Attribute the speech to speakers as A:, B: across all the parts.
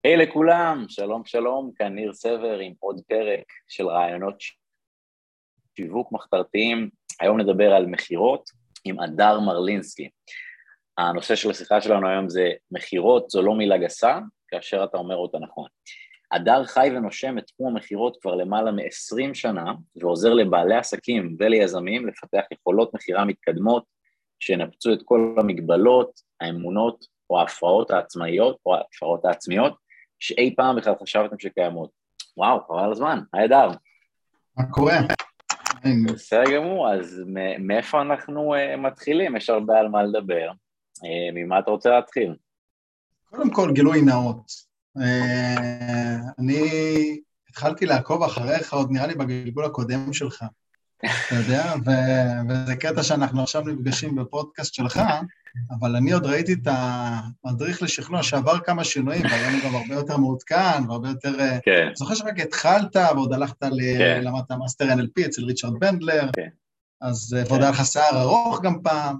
A: היי לכולם, שלום שלום, כאן ניר סבר עם עוד פרק של רעיונות שיווק מחתרתיים. היום נדבר על מחירות עם הדר מרלינסקי. הנושא של השיחה שלנו היום זה מחירות, זו לא מילה גסה, כאשר אתה אומר אותה נכון. הדר חי ונושם את תחום המחירות כבר למעלה מ-20 שנה, ועוזר לבעלי עסקים וליזמים לפתח יכולות מחירה מתקדמות, שנפצו את כל המגבלות, האמונות או ההפרעות העצמאיות או ההפרעות העצמיות, שאי פעם בכלל חשבתם שקיימות. וואו, חבל הזמן, היי דר.
B: מה קורה?
A: בסדר גמור, אז מאיפה אנחנו מתחילים? יש הרבה על מה לדבר. ממה אתה רוצה להתחיל?
B: קודם כל, גילוי נאות. אני התחלתי לעקוב אחריך, עוד נראה לי בגלגול הקודם שלך, אתה יודע, וזה קטע שאנחנו עכשיו נפגשים בפודקאסט שלך, אבל אני עוד ראיתי את המדריך לשכנוע שעבר כמה שינויים, והיום הוא גם הרבה יותר מעודכן, והרבה יותר...
A: כן.
B: זוכר שרק התחלת, ועוד הלכת למדת מאסטר NLP אצל ריצ'רד בנדלר, אז ועוד היה לך שיער ארוך גם פעם.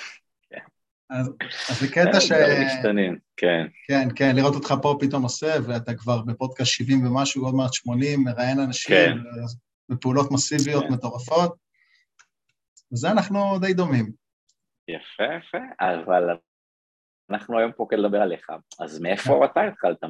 B: אז זה קטע
A: דברים משתנים, כן.
B: כן, כן, לראות אותך פה פתאום עושה, ואתה כבר בפודקאסט 70 ומשהו, עוד מעט 80, מראיין אנשים, בפעולות מסיביות מטורפות, וזה אנחנו די דומים.
A: יפה, יפה, אבל אנחנו היום פה כדי לדבר עליך, אז מאיפה אתה התחלת?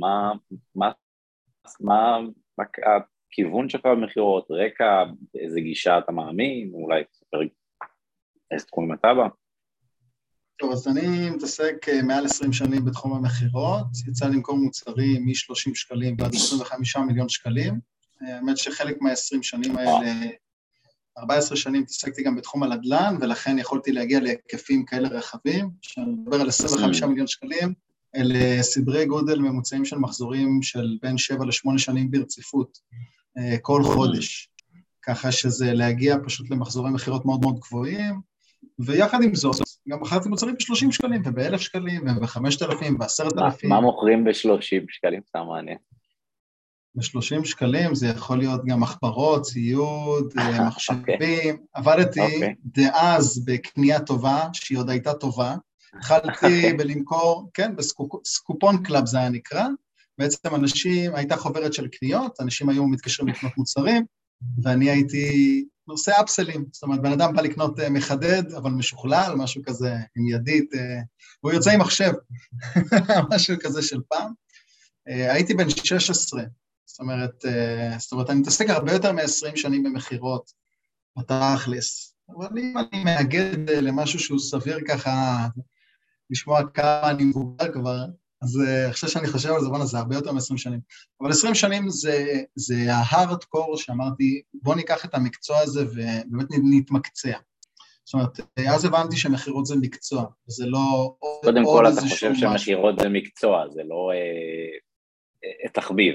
A: מה הכיוון שלך במחירות, רקע, איזה גישה אתה מאמין, אולי תספר איזה תחומים אתה בא?
B: טוב, אז אני מתעסק מעל 20 שנים בתחום המחירות, יצא למכור מוצרים מ-30 שקלים ועד 25 מיליון שקלים, האמת שחלק מה-20 שנים האלה, 14 שנים התעסקתי גם בתחום הנדל"ן, ולכן יכולתי להגיע להיקפים כאלה רחבים, שאני מדבר על 25 מיליון שקלים, אלה סדרי גודל ממוצעים של מחזורים של בין 7 ל-8 שנים ברציפות, כל חודש, ככה שזה להגיע פשוט למחזורי מחירות מאוד מאוד גבוהים, ויחד עם זאת, גם מכרתי מוצרים ב-30 שקלים, וב-1,000 שקלים, וב-5,000, ב-10,000.
A: מה מוכרים ב-30 שקלים? סתם מעניין.
B: ב-30 שקלים זה יכול להיות גם מחברות, ציוד, מחשבים. עבדתי דאז בקנייה טובה, שהיא עוד הייתה טובה. התחלתי בלמכור, כן, בסקופון קלאב זה היה נקרא. בעצם אנשים, הייתה חוברת של קניות, אנשים היו מתקשרים לקנות מוצרים, ואני הייתי נושא אפסלים. זאת אומרת, בן אדם בא לקנות מחדד, אבל משוכלל, משהו כזה עם ידית, והוא יוצא עם מחשב, משהו כזה של פעם. הייתי בן 16, זאת אומרת, אני מתעסק הרבה יותר מ-20 שנים במחירות, בתכלס, אבל אם אני מאגד למשהו שהוא סביר ככה, לשמוע כמה אני מבוגר כבר, אז עכשיו שאני חושב על זה, זה הרבה יותר מ-20 שנים, אבל 20 שנים זה ההארדקור שאמרתי, בוא ניקח את המקצוע הזה ובאמת נתמקצע. זאת אומרת, אז הבנתי שמחירות זה מקצוע, וזה לא...
A: קודם כל אתה חושב שמחירות זה מקצוע, זה לא תחביב.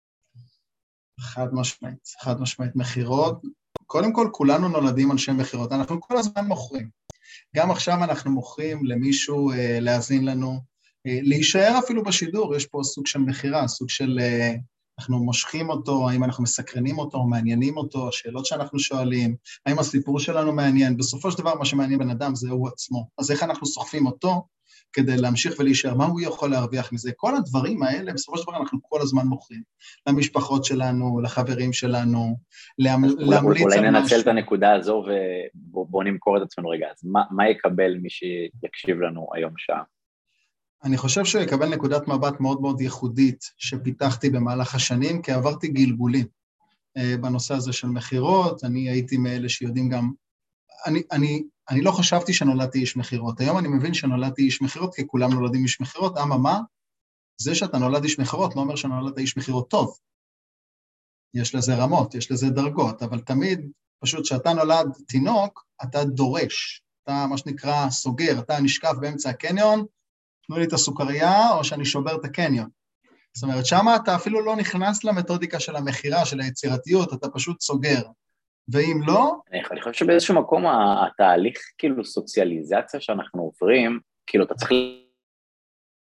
B: חד משמעית מחירות. קודם כל, כולנו נולדים אנשי מחירות, אנחנו כל הזמן מוכרים. גם עכשיו אנחנו מוכרים למישהו להאזין לנו, להישאר אפילו בשידור, יש פה סוג של מחירה, סוג של, אנחנו מושכים אותו, האם אנחנו מסקרנים אותו, מעניינים אותו, השאלות שאנחנו שואלים, האם הסיפור שלנו מעניין, בסופו של דבר מה שמעניין בן אדם זה הוא עצמו, אז איך אנחנו סוחפים אותו, כדי להמשיך ולהישאר, מה הוא יכול להרוויח מזה? כל הדברים האלה, בסופו של דבר אנחנו כל הזמן מוכרים. למשפחות שלנו, לחברים שלנו, להמליץ על משהו.
A: אולי ננצל את הנקודה הזו ובוא נמכור את עצמנו רגע. אז מה יקבל מי שיקשיב לנו היום שעה?
B: אני חושב שהוא יקבל נקודת מבט מאוד מאוד ייחודית שפיתחתי במהלך השנים, כי עברתי גלגולים בנושא הזה של מחירות, אני הייתי מאלה שיודעים גם, אני לא חשבתי שנולדתי איש מחירות, היום אני מבין שנולדתי איש מחירות, כי כולם נולדים איש מחירות, מה? זה שאתה נולד איש מחירות לא אומר שנולדת איש מחירות טוב. יש לזה רמות, יש לזה דרגות, אבל תמיד, פשוט שאתה נולד תינוק, אתה דורש, אתה מה שנקרא סוגר, אתה נשקף באמצע הקניון, תנו לי את הסוכריה או שאני שובר את הקניון. זאת אומרת, שמה אתה אפילו לא נכנס למתודיקה של המחירה, של היצירתיות, אתה פשוט סוגר. ואם לא...
A: אני חושב שבאיזשהו מקום התהליך כאילו סוציאליזציה שאנחנו עוברים, כאילו אתה צריך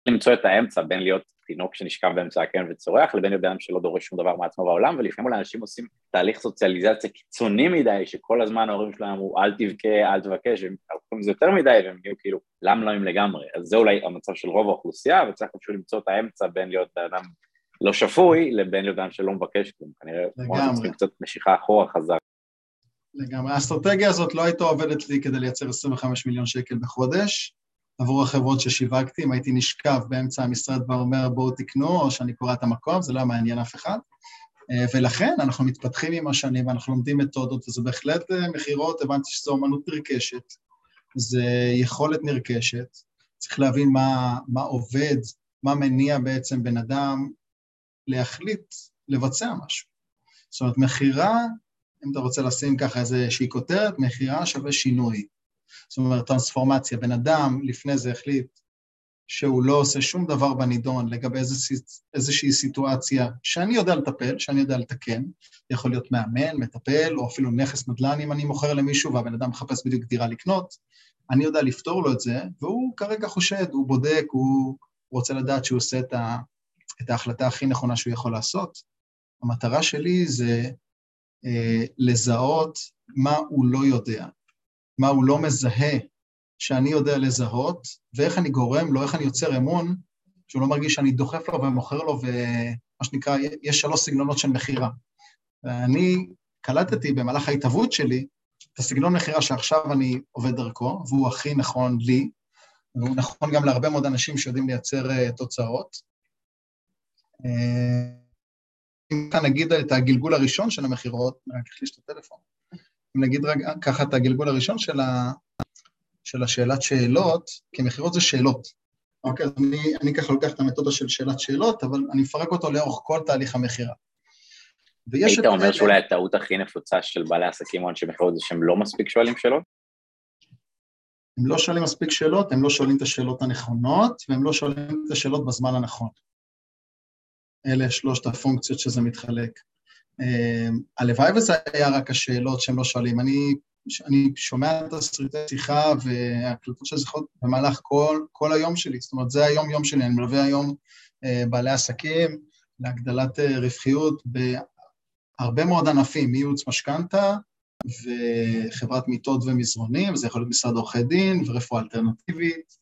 A: למצוא את האמצע בין להיות תינוק שנשכב באמצע הקן וצורח, לבין להיות אדם שלא דורש שום דבר מעצמו בעולם, ולפעמים אולי אנשים עושים תהליך סוציאליזציה קיצוני מדי, שכל הזמן ההורים שלהם אמרו, אל תבכה, אל תבקש, והם הולכים לזה יותר מדי, והם יהיו כאילו, למה לא הם לגמרי? אז זה אולי המצב של רוב האוכלוסייה, וצריך פשוט למצוא את האמצע בין להיות אדם לא שפוי, לבין להיות אדם שלא מבקש, כנראה, צריכים קצת משיכה אחורה חזק.
B: לגמרי, האסטרטגיה הזאת לא הייתה עובדת לי כדי לייצר 25 מיליון שקל בחודש, עבור החברות ששיווקתי, אם הייתי נשכב באמצע המשרד ואומר בואו תקנו, או שאני קורא את המקום, זה לא מעניין אף אחד, ולכן אנחנו מתפתחים עם השנים, ואנחנו לומדים מתודות, וזה בהחלט מחירות, הבנתי שזו אומנות נרכשת, זה יכולת נרכשת, צריך להבין מה עובד, מה מניע בעצם בן אדם להחליט, לבצע משהו. זאת אומרת, מחירה, אם אתה רוצה לשים ככה איזושהי כותרת, מחירה שווה שינוי. זאת אומרת, טרנספורמציה. בן אדם לפני זה החליט שהוא לא עושה שום דבר בנידון לגבי איזושהי סיטואציה שאני יודע לטפל, שאני יודע לתקן, יכול להיות מאמן, מטפל, או אפילו נכס נדל"ן אם אני מוכר למישהו, והבן אדם מחפש בדיוק דירה לקנות, אני יודע לפתור לו את זה, והוא כרגע חושד, הוא בודק, הוא רוצה לדעת שהוא עושה את ההחלטה הכי נכונה שהוא יכול לעשות. המטרה שלי זה לזהות מה הוא לא יודע, מה הוא לא מזהה שאני יודע לזהות, ואיך אני גורם לו, איך אני יוצר אמון, שהוא לא מרגיש שאני דוחף לו ומוכר לו, ומה שנקרא, יש 3 סגנונות של מחירה. ואני קלטתי במהלך ההתהוות שלי, את הסגנון מחירה שעכשיו אני עובד דרכו, והוא הכי נכון לי, והוא נכון גם להרבה מאוד אנשים שיודעים לייצר תוצאות. אם נגיד את הגלגול הראשון של המחירות, רק אחליש את הטלפון, אם נגיד רגע ככה את הגלגול הראשון של השאלת שאלות, כי מחירות זה שאלות. אוקיי, אז אני ככה לוקח את המתודה של שאלת שאלות, אבל אני מפרק אותו לאורך כל תהליך המחירה.
A: היית אומר שאולי הטעות הכי נפוצה של בעלי עסקים או אנשי מחירות זה שהם לא מספיק שואלים שאלות?
B: הם לא שואלים מספיק שאלות, הם לא שואלים את השאלות הנכונות, והם לא שואלים את השאלות בזמן הנכון. אלה 3 הפונקציות שזה מתחלק. הלוואי וזה היה רק השאלות שהם לא שואלים. אני שומע את הסרטי שיחה והקלטות של שיחות במהלך כל היום שלי. זאת אומרת, זה היום שלי. אני מלווה היום בעלי עסקים להגדלת רווחיות בהרבה מאוד ענפים, מייעוץ משכנתא וחברת מיטות ומזרונים, זה יכול להיות משרד עורכי דין ורפואה אלטרנטיבית.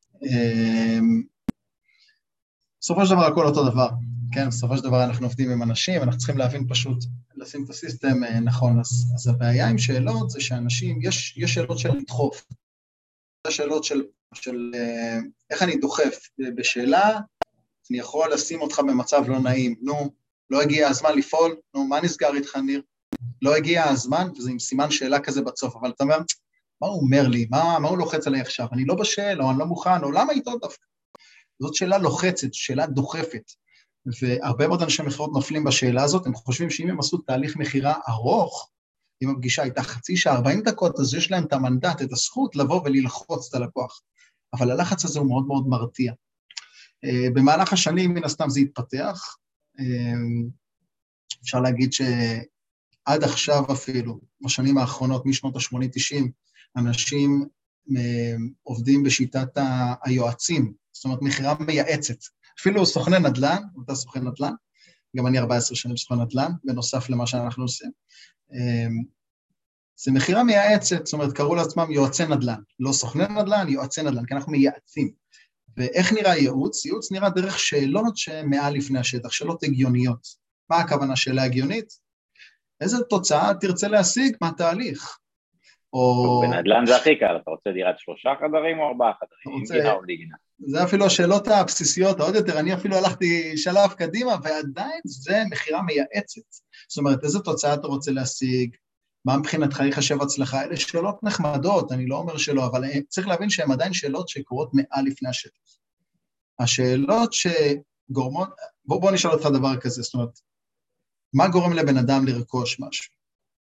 B: בסופו של דבר הכל אותו דבר. כן, בסופו של דבר אנחנו עובדים עם אנשים, אנחנו צריכים להבין פשוט, לשים את הסיסטם נכון. אז הבעיה עם שאלות זה שאנשים, יש שאלות של לדחוף. יש שאלות של איך אני דוחף. בשאלה, אני יכול לשים אותך במצב לא נעים. נו, לא הגיע הזמן לפעול, נו, מה נסגר איתך, ניר? לא הגיע הזמן, וזה עם סימן שאלה כזה בצוף, אבל אתה אומר, מה הוא אומר לי? מה הוא לוחץ עליי עכשיו? אני לא בשאל, או אני לא מוכן, או למה איתו דווקא? זאת שאלה לוחצת, שאלה דוחפת. והרבה מאוד אנשי מחירות נופלים בשאלה הזאת, הם חושבים שאם הם עשו תהליך מחירה ארוך, אם הפגישה הייתה חצי שעה, 40 דקות, אז יש להם את המנדט, את הזכות לבוא וללחוץ את הלקוח. אבל הלחץ הזה הוא מאוד מאוד מרתיע. במהלך השנים, מן הסתם זה התפתח, אפשר להגיד שעד עכשיו אפילו, בשנים האחרונות, משנות ה-80-90, אנשים עובדים בשיטת היועצים, זאת אומרת, מחירה מייעצת. אפילו סוכני נדל"ן, אתה סוכן נדל"ן, גם אני 14 שנים סוכן נדל"ן, בנוסף למה שאנחנו עושים. זה מחירה מייעצת, זאת אומרת, קראו לעצמם יועצי נדל"ן, לא סוכני נדל"ן, יועצי נדל"ן, כי אנחנו מייעצים. ואיך נראה ייעוץ? ייעוץ נראה דרך שאלות שמעל לפני השטח, שאלות הגיוניות. מה הכוונה שאלה הגיונית? איזה תוצאה תרצה להשיג מהתהליך?
A: בנדל"ן זה הכי קל, אתה רוצה דירת 3 חדרים או 4 חדרים, עם גינה או בלי גינה?
B: זה אפילו השאלות הבסיסיות, עוד יותר, אני אפילו הלכתי שלב קדימה, ועדיין זה מחירה מייעצת. זאת אומרת, איזה תוצאה אתה רוצה להשיג, מה מבחינתך יחשב הצלחה, אלה שאלות נחמדות, אני לא אומר שלא, אבל צריך להבין שהן עדיין שאלות שקורות מעל לפני השטח. השאלות שגורמות, בוא נשאל אותך דבר כזה, זאת אומרת, מה גורם לבן אדם לרכוש משהו?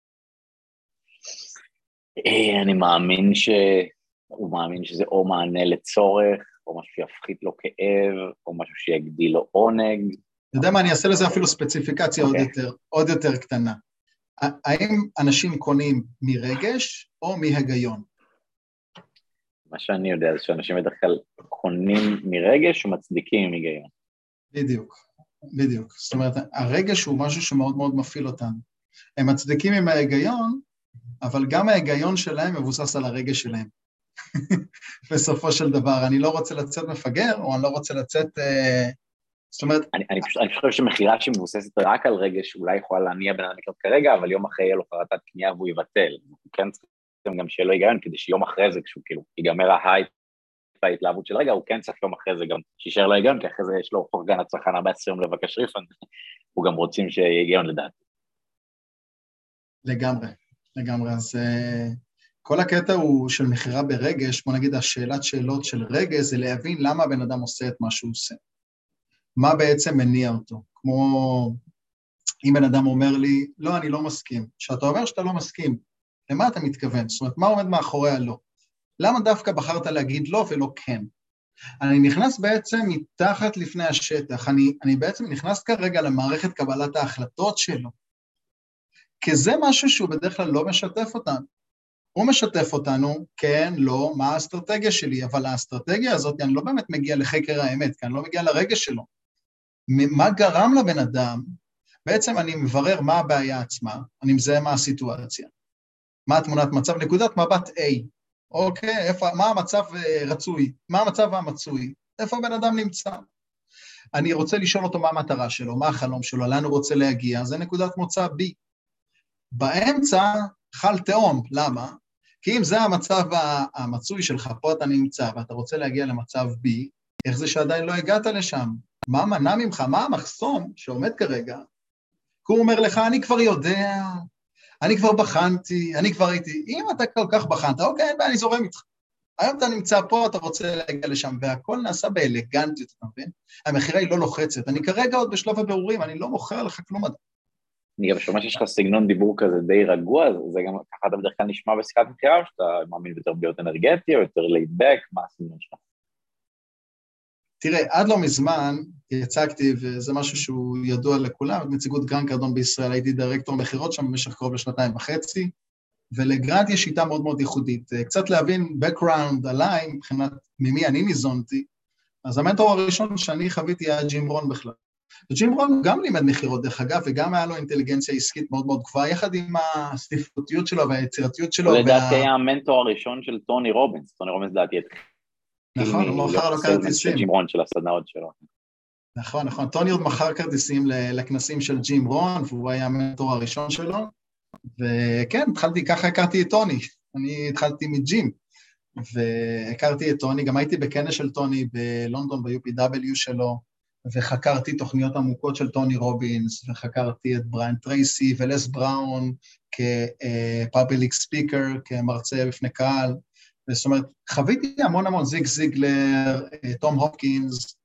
A: אני מאמין שהוא מאמין שזה או מענה לצורך, או משהו שיפחית לו כאב, או משהו שיגדיל לו עונג.
B: אתה יודע מה, אני אעשה לזה אפילו ספציפיקציה עוד יותר קטנה. האם אנשים קונים מרגש או מהגיון?
A: מה שאני יודע זה שאנשים בדרך כלל קונים מרגש ומצדיקים היגיון.
B: בדיוק. זאת אומרת, הרגש הוא משהו שמאוד מאוד מפעיל אותנו. הם מצדיקים עם ההיגיון, אבל גם ההיגיון שלהם מבוסס על הרגש שלהם. בסופו של דבר, אני לא רוצה לצאת מפגר, או אני לא רוצה לצאת... זאת אומרת...
A: אני חושב שמחירה שמבוססת רק על רגש, אולי יכולה להניע בין המקרות כרגע, אבל יום אחרי יהיה לו חרטת קנייה והוא יבטל. כן צריכים גם שיהיה לו היגיון, כדי שיום אחרי זה, כשהוא כאילו ייגמר ההייפ, ההתלהבות של רגע, הוא כן צריך יום אחרי זה גם שישאר לו היגיון, כי אחרי זה יש לו חורגן הצרכן 14 יום לבקש ריפנד, הוא גם רוצים שיהיה היגיון לדעת.
B: לגמרי. אז כל הקטע הוא של מחירה ברגש, בוא נגיד השאלת שאלות של רגש, זה להבין למה הבן אדם עושה את מה שהוא עושה. מה בעצם מניע אותו? כמו אם בן אדם אומר לי, לא, אני לא מסכים. כשאתה אומר שאתה לא מסכים, למה אתה מתכוון? זאת אומרת, מה עומד מאחורי הלא? למה דווקא בחרת להגיד לא ולא כן? אני נכנס בעצם מתחת לפני השטח, אני בעצם נכנס כרגע למערכת קבלת ההחלטות שלו, כי זה משהו שהוא בדרך כלל לא משתף אותנו. הוא משתף אותנו, כן, לא, מה האסטרטגיה שלי, אבל האסטרטגיה הזאת, אני לא באמת מגיע לחקר האמת, כי אני לא מגיע לרגש שלו. מה גרם לבן אדם? בעצם אני מברר מה הבעיה עצמה, אני מזהה מה הסיטואציה, מה התמונת מצב, נקודת מבט A, אוקיי, מה המצב רצוי, מה המצב המצוי, איפה הבן אדם נמצא. אני רוצה לשאול אותו מה המטרה שלו, מה החלום שלו, לאן הוא רוצה להגיע, זה נקודת מוצא B. באמצע חל תאום, למה? כי אם זה המצב המצוי שלך, פה אתה נמצא ואתה רוצה להגיע למצב B, איך זה שעדיין לא הגעת לשם? מה מנע ממך? מה המחסום שעומד כרגע? כי הוא אומר לך, אני כבר יודע, אני כבר בחנתי, אני כבר הייתי, אם אתה כל כך בחנת, אוקיי, אין בעיה, אני זורם איתך. היום אתה נמצא פה, אתה רוצה להגיע לשם, והכל נעשה באלגנטיות, אתה מבין? המחירה היא לא לוחצת, אני כרגע עוד בשלב הבירורים, אני לא מוכר לך כלום.
A: אני גם שומע שיש לך סגנון דיבור כזה די רגוע, זה גם ככה אתה בדרך כלל נשמע בשיחת מחירה, שאתה מאמין יותר להיות אנרגטי, או יותר ליידבק, מה הסגנון שלך?
B: תראה, עד לא מזמן הצגתי, וזה משהו שהוא ידוע לכולם, נציגות גרנט קרדון בישראל, הייתי דירקטור מחירות שם במשך קרוב לשנתיים וחצי, ולגרנט יש שיטה מאוד מאוד ייחודית. קצת להבין background עליי, מבחינת ממי אני ניזונתי, אז המנטור הראשון שאני חוויתי היה ג'ים רון בכלל. וג'ים רון גם לימד מחירות דרך אגב, וגם היה לו אינטליגנציה עסקית מאוד מאוד גבוהה, יחד עם הספרותיות שלו והיצירתיות שלו.
A: הוא לדעתי היה המנטור הראשון של טוני רובינס, טוני רובינס לדעתי
B: נכון, הוא מכר לו כרטיסים.
A: ג'ים רון של הסדנאות שלו.
B: נכון, טוני עוד מכר כרטיסים לכנסים של ג'ים רון, והוא היה המנטור הראשון שלו, וכן, ככה הכרתי את טוני, אני התחלתי מג'ים, והכרתי את טוני, גם הייתי בכנס של טוני בלונדון, ב-UPW שלו, וחקרתי תוכניות עמוקות של טוני רובינס, וחקרתי את בריין טרייסי ולס בראון כפאבליק ספיקר, כמרצה בפני קהל, זאת אומרת, חוויתי המון זיג זיגלר, תום הופקינס,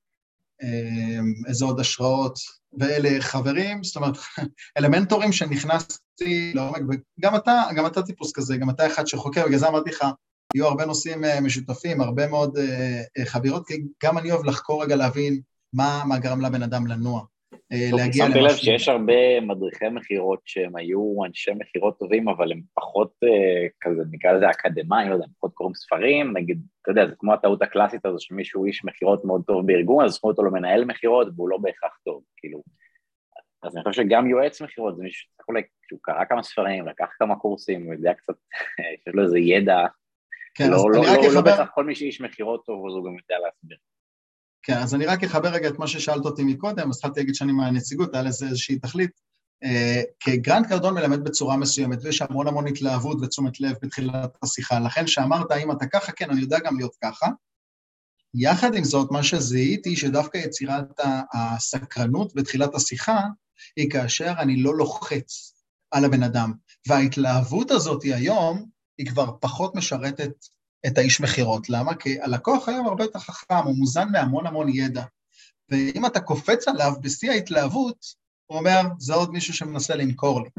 B: איזה עוד השראות, ואלה חברים, זאת אומרת, אלמנטורים שנכנסתי לעומק, וגם אתה טיפוס כזה, גם אתה אחד שחוקר, בגלל זה אמרתי לך, יהיו הרבה נושאים משותפים, הרבה מאוד חבירות, כי גם אני אוהב לחקור רגע להבין מה גרם לבן אדם לנוע. להגיע
A: שמתי לב שיש הרבה מדריכי מחירות שהם היו אנשי מחירות טובים, אבל הם פחות כזה, נקרא לזה אקדמיים, לא יודע, הם פחות קוראים ספרים, נגיד, אתה יודע, זה כמו הטעות הקלאסית הזו, שמישהו איש מחירות מאוד טוב בארגון, אז זכו אותו למנהל מחירות, והוא לא בהכרח טוב, כאילו. אז אני חושב שגם יועץ מחירות, זה מישהו שצריך אולי, שהוא קרא כמה ספרים, לקח כמה קורסים, הוא יודע קצת, יש לו איזה ידע, לא בהכרח כל מי שאיש מחירות טוב, אז הוא גם יודע להסביר.
B: כן, אז אני רק אחבר רגע את מה ששאלת אותי מקודם, אז התחלתי להגיד שאני מהנציגות, היה לזה איזושהי תכלית, כי גרנט קרדון מלמד בצורה מסוימת, ויש המון התלהבות ותשומת לב בתחילת השיחה, לכן שאמרת, אם אתה ככה, כן, אני יודע גם להיות ככה, יחד עם זאת, מה שזיהיתי, שדווקא יצירת הסקרנות בתחילת השיחה, היא כאשר אני לא לוחץ על הבן אדם, וההתלהבות הזאת היום, היא כבר פחות משרתת את האיש מחירות. למה? כי הלקוח היום הרבה יותר חכם, הוא מוזן מהמון ידע. ואם אתה קופץ עליו בשיא ההתלהבות, הוא אומר, זה עוד מישהו שמנסה למכור לי.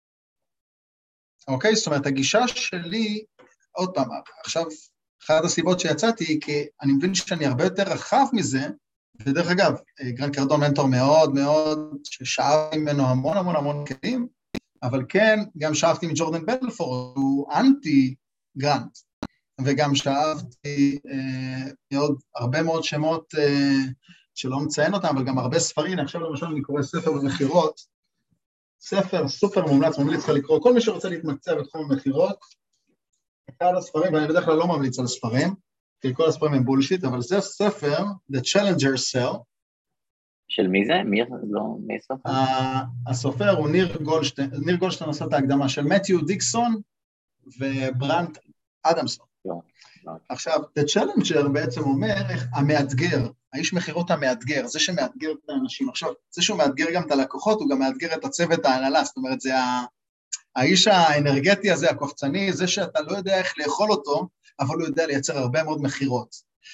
B: אוקיי? זאת אומרת, הגישה שלי, עוד פעם, עכשיו, אחת הסיבות שיצאתי, כי אני מבין שאני הרבה יותר רחב מזה, ודרך אגב, גרנט קרדון מנטור מאוד, ששאב ממנו המון כלים, אבל כן, גם שאבתי מג'ורדן בלפורד, הוא אנטי גרנט. וגם שאהבתי עוד הרבה מאוד שמות שלא מציין אותם, אבל גם הרבה ספרים. עכשיו למשל אני קורא ספר במחירות, ספר סופר מומלץ, ממליץ לך לקרוא, כל מי שרוצה להתמקצע בתחום המחירות, אחד הספרים, ואני בדרך כלל לא ממליץ על ספרים, כי כל הספרים הם בולשיט, אבל זה ספר, The Challenger Cell.
A: של מי זה? מי סופר?
B: הסופר הוא ניר גולדשטיין, ניר גולדשטיין עושה את ההקדמה של מתיו דיקסון וברנט אדמסון. עכשיו, The Challenger בעצם אומר, המאתגר, האיש מחירות המאתגר, זה שמאתגר את האנשים. עכשיו, זה שהוא מאתגר גם את הלקוחות, הוא גם מאתגר את הצוות ההנהלה, זאת אומרת, זה האיש האנרגטי הזה, הקופצני, זה שאתה לא יודע איך לאכול אותו, אבל הוא יודע לייצר הרבה מאוד מחירות.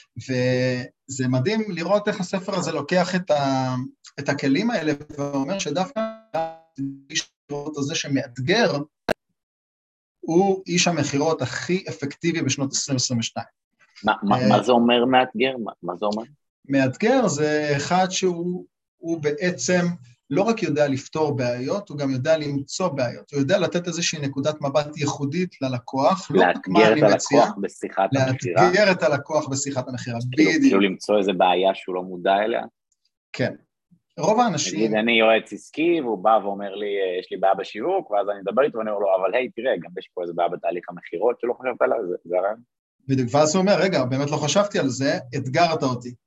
B: וזה מדהים לראות איך הספר הזה לוקח את הכלים האלה, ואומר שדווקא האיש המחירות הזה שמאתגר, הוא איש המחירות הכי אפקטיבי בשנות 2022.
A: מה זה אומר מאתגר? מה זה אומר?
B: מאתגר זה אחד שהוא בעצם לא רק יודע לפתור בעיות, הוא גם יודע למצוא בעיות. הוא יודע לתת איזושהי נקודת מבט ייחודית ללקוח.
A: לאתגר את הלקוח בשיחת המחירה.
B: לאתגר את הלקוח בשיחת המחירה,
A: בדיוק. כאילו למצוא איזה בעיה שהוא לא מודע אליה.
B: כן. רוב האנשים...
A: נגיד, אני יועץ עסקי, והוא בא ואומר לי, יש לי בעיה בשיווק, ואז אני מדבר איתו ואני אומר לו, אבל היי, תראה, גם יש פה איזה בעיה בתהליך המחירות שלא חשבת עליו, זה הרעיון.
B: בדיוק, ואז הוא אומר, רגע, באמת לא חשבתי על זה, אתגרת אותי.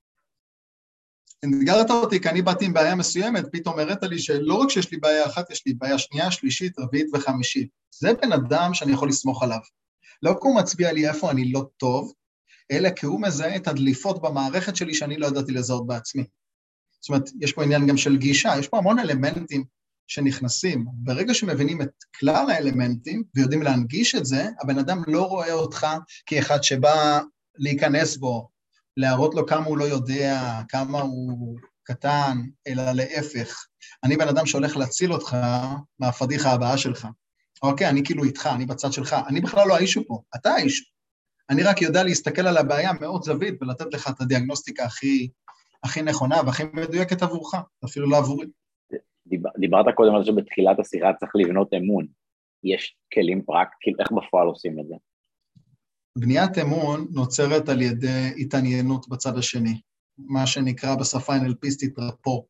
B: אתגרת אותי, כי אני באתי עם בעיה מסוימת, פתאום הראת לי שלא רק שיש לי בעיה אחת, יש לי בעיה שנייה, שלישית, רביעית וחמישית. זה בן אדם שאני יכול לסמוך עליו. לא כי הוא מצביע לי איפה אני לא טוב, אלא כי הוא מזהה את הדליפות במערכת שלי שאני לא ידעתי לזהות בעצמי. זאת אומרת, יש פה עניין גם של גישה, יש פה המון אלמנטים שנכנסים. ברגע שמבינים את כלל האלמנטים ויודעים להנגיש את זה, הבן אדם לא רואה אותך כאחד שבא להיכנס בו, להראות לו כמה הוא לא יודע, כמה הוא קטן, אלא להפך. אני בן אדם שהולך להציל אותך מהפדיחה הבאה שלך. אוקיי, אני כאילו איתך, אני בצד שלך. אני בכלל לא האישו פה, אתה האישו. אני רק יודע להסתכל על הבעיה מאוד זווית ולתת לך את הדיאגנוסטיקה הכי נכונה והכי מדויקת עבורך, אפילו לא עבורי.
A: דיברת קודם על זה שבתחילת השיחה צריך לבנות אמון. יש כלים פרקטיים, איך בפועל עושים את זה?
B: בניית אמון נוצרת על ידי התעניינות בצד השני, מה שנקרא בשפה NLPיסטית רפו.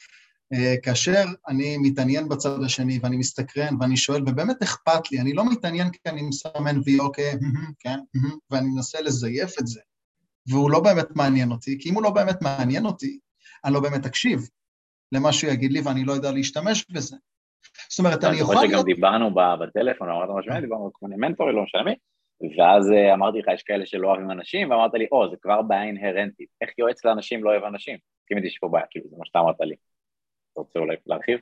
B: כאשר אני מתעניין בצד השני ואני מסתקרן ואני שואל, ובאמת אכפת לי, אני לא מתעניין כי אני מסמן וי אוקיי, כן, ואני מנסה לזייף את זה, והוא לא באמת מעניין אותי, כי אם הוא לא באמת מעניין אותי, אני לא באמת אקשיב למה שהוא יגיד לי ואני לא יודע להשתמש בזה. זאת אומרת, אני יכול...
A: אני חושב שגם דיברנו בטלפון, אמרת משמעית, דיברנו כמו מנטורי, לא משנה מי, ואז אמרתי לך, יש כאלה שלא אוהבים אנשים, ואמרת לי, זה כבר בעיה אינהרנטית. איך יועץ לאנשים לא אוהב אנשים? תמיד יש פה בעיה, כאילו, זה מה שאתה אמרת לי. אתה רוצה אולי להרחיב?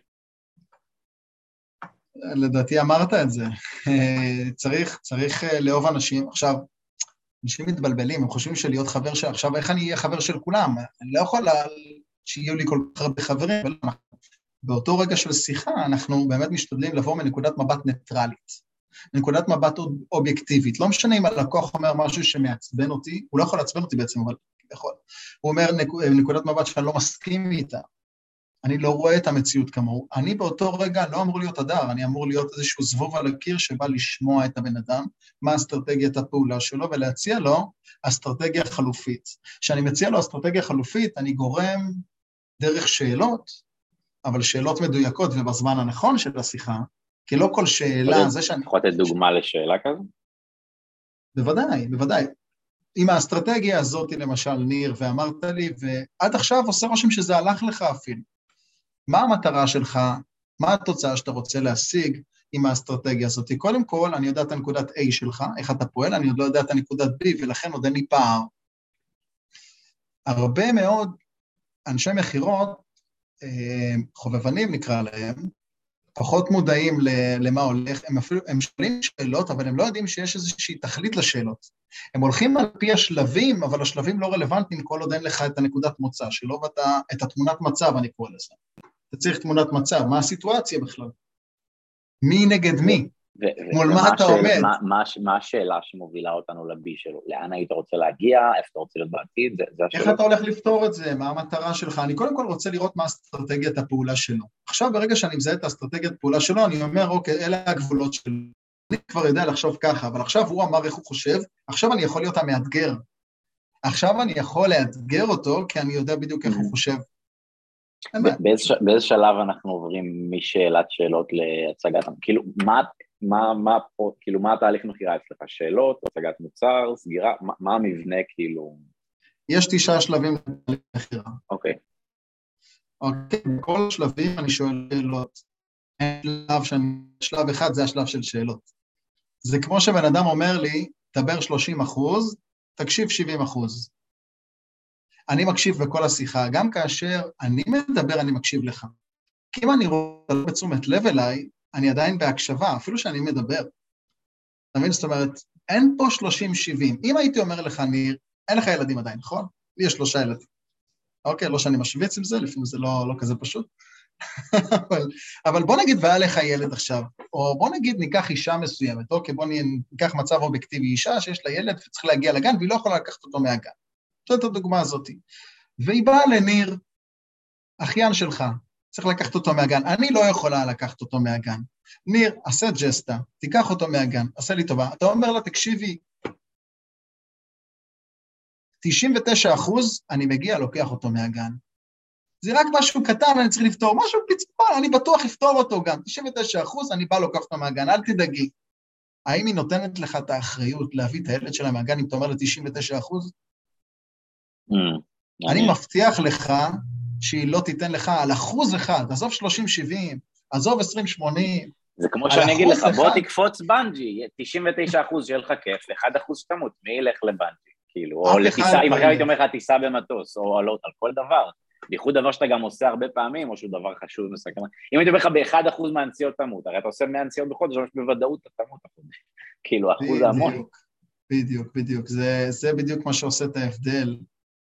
B: לדעתי אמרת את זה. צריך לאהוב אנשים. עכשיו, אנשים מתבלבלים, הם חושבים שלהיות חבר של... עכשיו, איך אני אהיה חבר של כולם? אני לא יכול שיהיו לי כל כך הרבה חברים, ולא. באותו רגע של שיחה, אנחנו באמת משתדלים לבוא מנקודת מבט ניטרלית. נקודת מבט אובייקטיבית. לא משנה אם הלקוח אומר משהו שמעצבן אותי, הוא לא יכול לעצבן אותי בעצם, אבל יכול. הוא אומר נקודת מבט שאני לא מסכים איתה. אני לא רואה את המציאות כמוהו. אני באותו רגע לא אמור להיות הדר, אני אמור להיות איזשהו זבוב על הקיר שבא לשמוע את הבן אדם, מה אסטרטגיית הפעולה שלו, ולהציע לו אסטרטגיה חלופית. כשאני מציע לו אסטרטגיה חלופית, אני גורם דרך שאלות, אבל שאלות מדויקות ובזמן הנכון של השיחה, כי לא כל שאלה זה שאני...
A: יכול לתת דוגמה לשאלה כזו?
B: בוודאי, בוודאי. עם האסטרטגיה הזאת, למשל, ניר, ואמרת לי, ועד עכשיו עושה רושם שזה הלך לך אפילו. מה המטרה שלך? מה התוצאה שאתה רוצה להשיג עם האסטרטגיה הזאת? קודם כל, אני יודע את הנקודת A שלך, איך אתה פועל, אני עוד לא יודע את הנקודת B, ולכן עוד אין לי פער. הרבה מאוד אנשי מחירות, חובבנים נקרא להם, פחות מודעים למה הולך, הם שואלים שאלות, אבל הם לא יודעים שיש איזושהי תכלית לשאלות. הם הולכים על פי השלבים, אבל השלבים לא רלוונטיים כל עוד אין לך את הנקודת מוצא, שלא את התמונת מצב, אני קורא לזה. אתה צריך תמונת מצב, מה הסיטואציה בכלל? מי נגד מי? מול מה אתה עומד?
A: מה השאלה שמובילה אותנו לבי שלו? לאן היית רוצה להגיע? איפה אתה רוצה להיות בעתיד?
B: איך אתה הולך לפתור את זה? מה המטרה שלך? אני קודם כל רוצה לראות מה אסטרטגיית הפעולה שלו. עכשיו, ברגע שאני מזהה את האסטרטגיית הפעולה שלו, אני אומר, אוקיי, אלה הגבולות שלו. אני כבר יודע לחשוב ככה, אבל עכשיו הוא אמר איך הוא חושב, עכשיו אני יכול להיות המאתגר. עכשיו אני יכול לאתגר אותו, כי אני יודע בדיוק איך הוא חושב.
A: באיזה שלב אנחנו עוברים משאלת שאלות להצגת, כאילו, מה התהליך מכירה אצלך? שאלות, הצגת מוצר, סגירה, מה המבנה, כאילו?
B: יש 9 שלבים לתהליך מכירה.
A: אוקיי.
B: אוקיי, בכל השלבים אני שואל שאלות. שלב אחד זה השלב של שאלות. זה כמו שבן אדם אומר לי, דבר 30%, תקשיב 70%. אני מקשיב בכל השיחה, גם כאשר אני מדבר, אני מקשיב לך. כי אם אני רואה בתשומת לב אליי, אני עדיין בהקשבה, אפילו שאני מדבר. אתה מבין? זאת אומרת, אין פה 30-70. אם הייתי אומר לך, ניר, אין לך ילדים עדיין, נכון? לי יש 3 ילדים. אוקיי, לא שאני משוויץ עם זה, לפעמים זה לא כזה פשוט. אבל בוא נגיד, והיה לך ילד עכשיו, או בוא נגיד ניקח אישה מסוימת, אוקיי, בוא ניקח מצב אובייקטיבי, אישה שיש לה ילד וצריך להגיע לגן, והיא לא יכולה לקחת אותו מהגן. זאת הדוגמה הזאת. והיא באה לניר, אחיין שלך, צריך לקחת אותו מהגן. אני לא יכולה לקחת אותו מהגן. ניר, עשה ג'סטה, תיקח אותו מהגן, עשה לי טובה. אתה אומר לה, תקשיבי, 99% אני מגיע, לוקח אותו מהגן. זה רק משהו קטן, אני צריך לפתור, משהו פצפון, אני בטוח לפתור אותו גם. 99% אני בא לוקח אותו מהגן, אל תדאגי. האם היא נותנת לך את האחריות להביא את הילד שלה מהגן, אם אתה אומר ל-99%? אני מבטיח לך שהיא לא תיתן לך על 1%, עזוב 30-70, עזוב 20-80.
A: זה כמו שאני אגיד לך, בוא תקפוץ בנג'י, 99% שיהיה לך כיף, 1% שתמות, מי ילך לבנג'י? כאילו, או לטיסה, אם אחרי הייתי אומר לך טיסה במטוס, או על כל דבר. בייחוד דבר שאתה גם עושה הרבה פעמים, או שהוא דבר חשוב מסכן. אם הייתי אומר לך ב1% מהנסיעות תמות, הרי אתה עושה 100 נסיעות בחודש, ממש בוודאות אתה תמות החודש. כאילו, אחוז המון.
B: בדיוק. זה בדיוק מה שעושה את ההבדל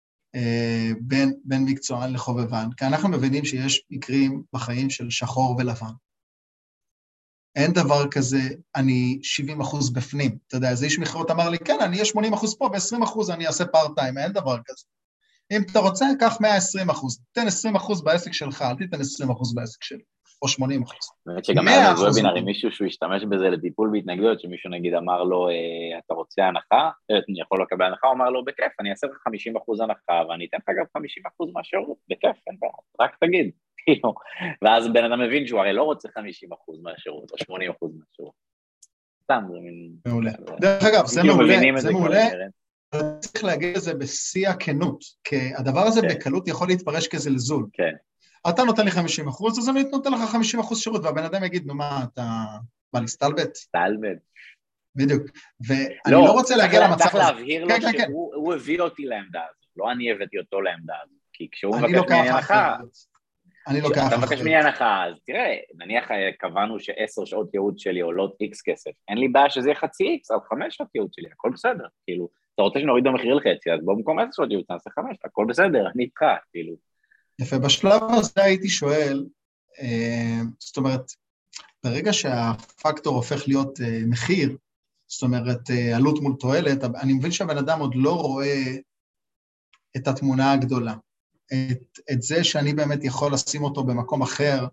B: בין מקצוען לחובבן. כי אנחנו מבינים שיש מקרים בחיים של שחור ולבן. אין דבר כזה, אני 70% בפנים. אתה יודע, איזה איש מכירות אמר לי, כן, אני אהיה 80% פה, ו20% אני אעשה פארט-טיים, אין דבר כזה. אם אתה רוצה, קח 120%. תן 20% בעסק שלך, אל תיתן 20% בעסק שלי, או 80%.
A: באמת שגם היה בוובינר עם מישהו שהוא השתמש בזה לטיפול בהתנגדויות, שמישהו נגיד אמר לו, אתה רוצה הנחה? אני יכול לקבל הנחה, הוא אמר לו, בכיף, אני אעשה לך 50% הנחה, ואני אתן לך גם 50% מהשירות, בכיף, אין בעיה, רק תגיד. ואז בן אדם מבין שהוא הרי לא רוצה 50% מהשירות, או 80% מהשירות. סתם, זה מין...
B: מעולה. דרך אגב, זה מעולה. צריך להגיד את זה בשיא הכנות, כי הדבר הזה בקלות יכול להתפרש כזלזול.
A: כן.
B: אתה נותן לי 50%, אז אני נותן לך 50% שירות, והבן אדם יגיד, נו מה, אתה בא להסתלבט?
A: סתלבט.
B: בדיוק. ואני לא רוצה להגיע למצב הזה.
A: צריך להבהיר לו שהוא הביא אותי לעמדה הזאת, לא אני הבאתי אותו לעמדה הזאת, כי כשהוא מבקש ממני הנחה, כשאתה מבקש ממני הנחה, אז תראה, נניח קבענו ש10 שעות ייעוד שלי עולות X כסף, אין לי בעיה שזה יהיה חצי X, על 5 שעות ייעוד שלי, הכל בסדר, כאילו, אתה רוצה שנוריד במחיר לחצי, אז בוא במקום 10 שעות ייעוד, נעשה 5, הכל בסדר, אני איתך, כאילו.
B: יפה, בשלב הזה הייתי שואל, זאת אומרת, ברגע שהפקטור הופך להיות מחיר, זאת אומרת, עלות מול תועלת, אני מבין שהבן אדם עוד לא רואה את התמונה הגדולה, את זה שאני באמת יכול לשים אותו במקום אחר,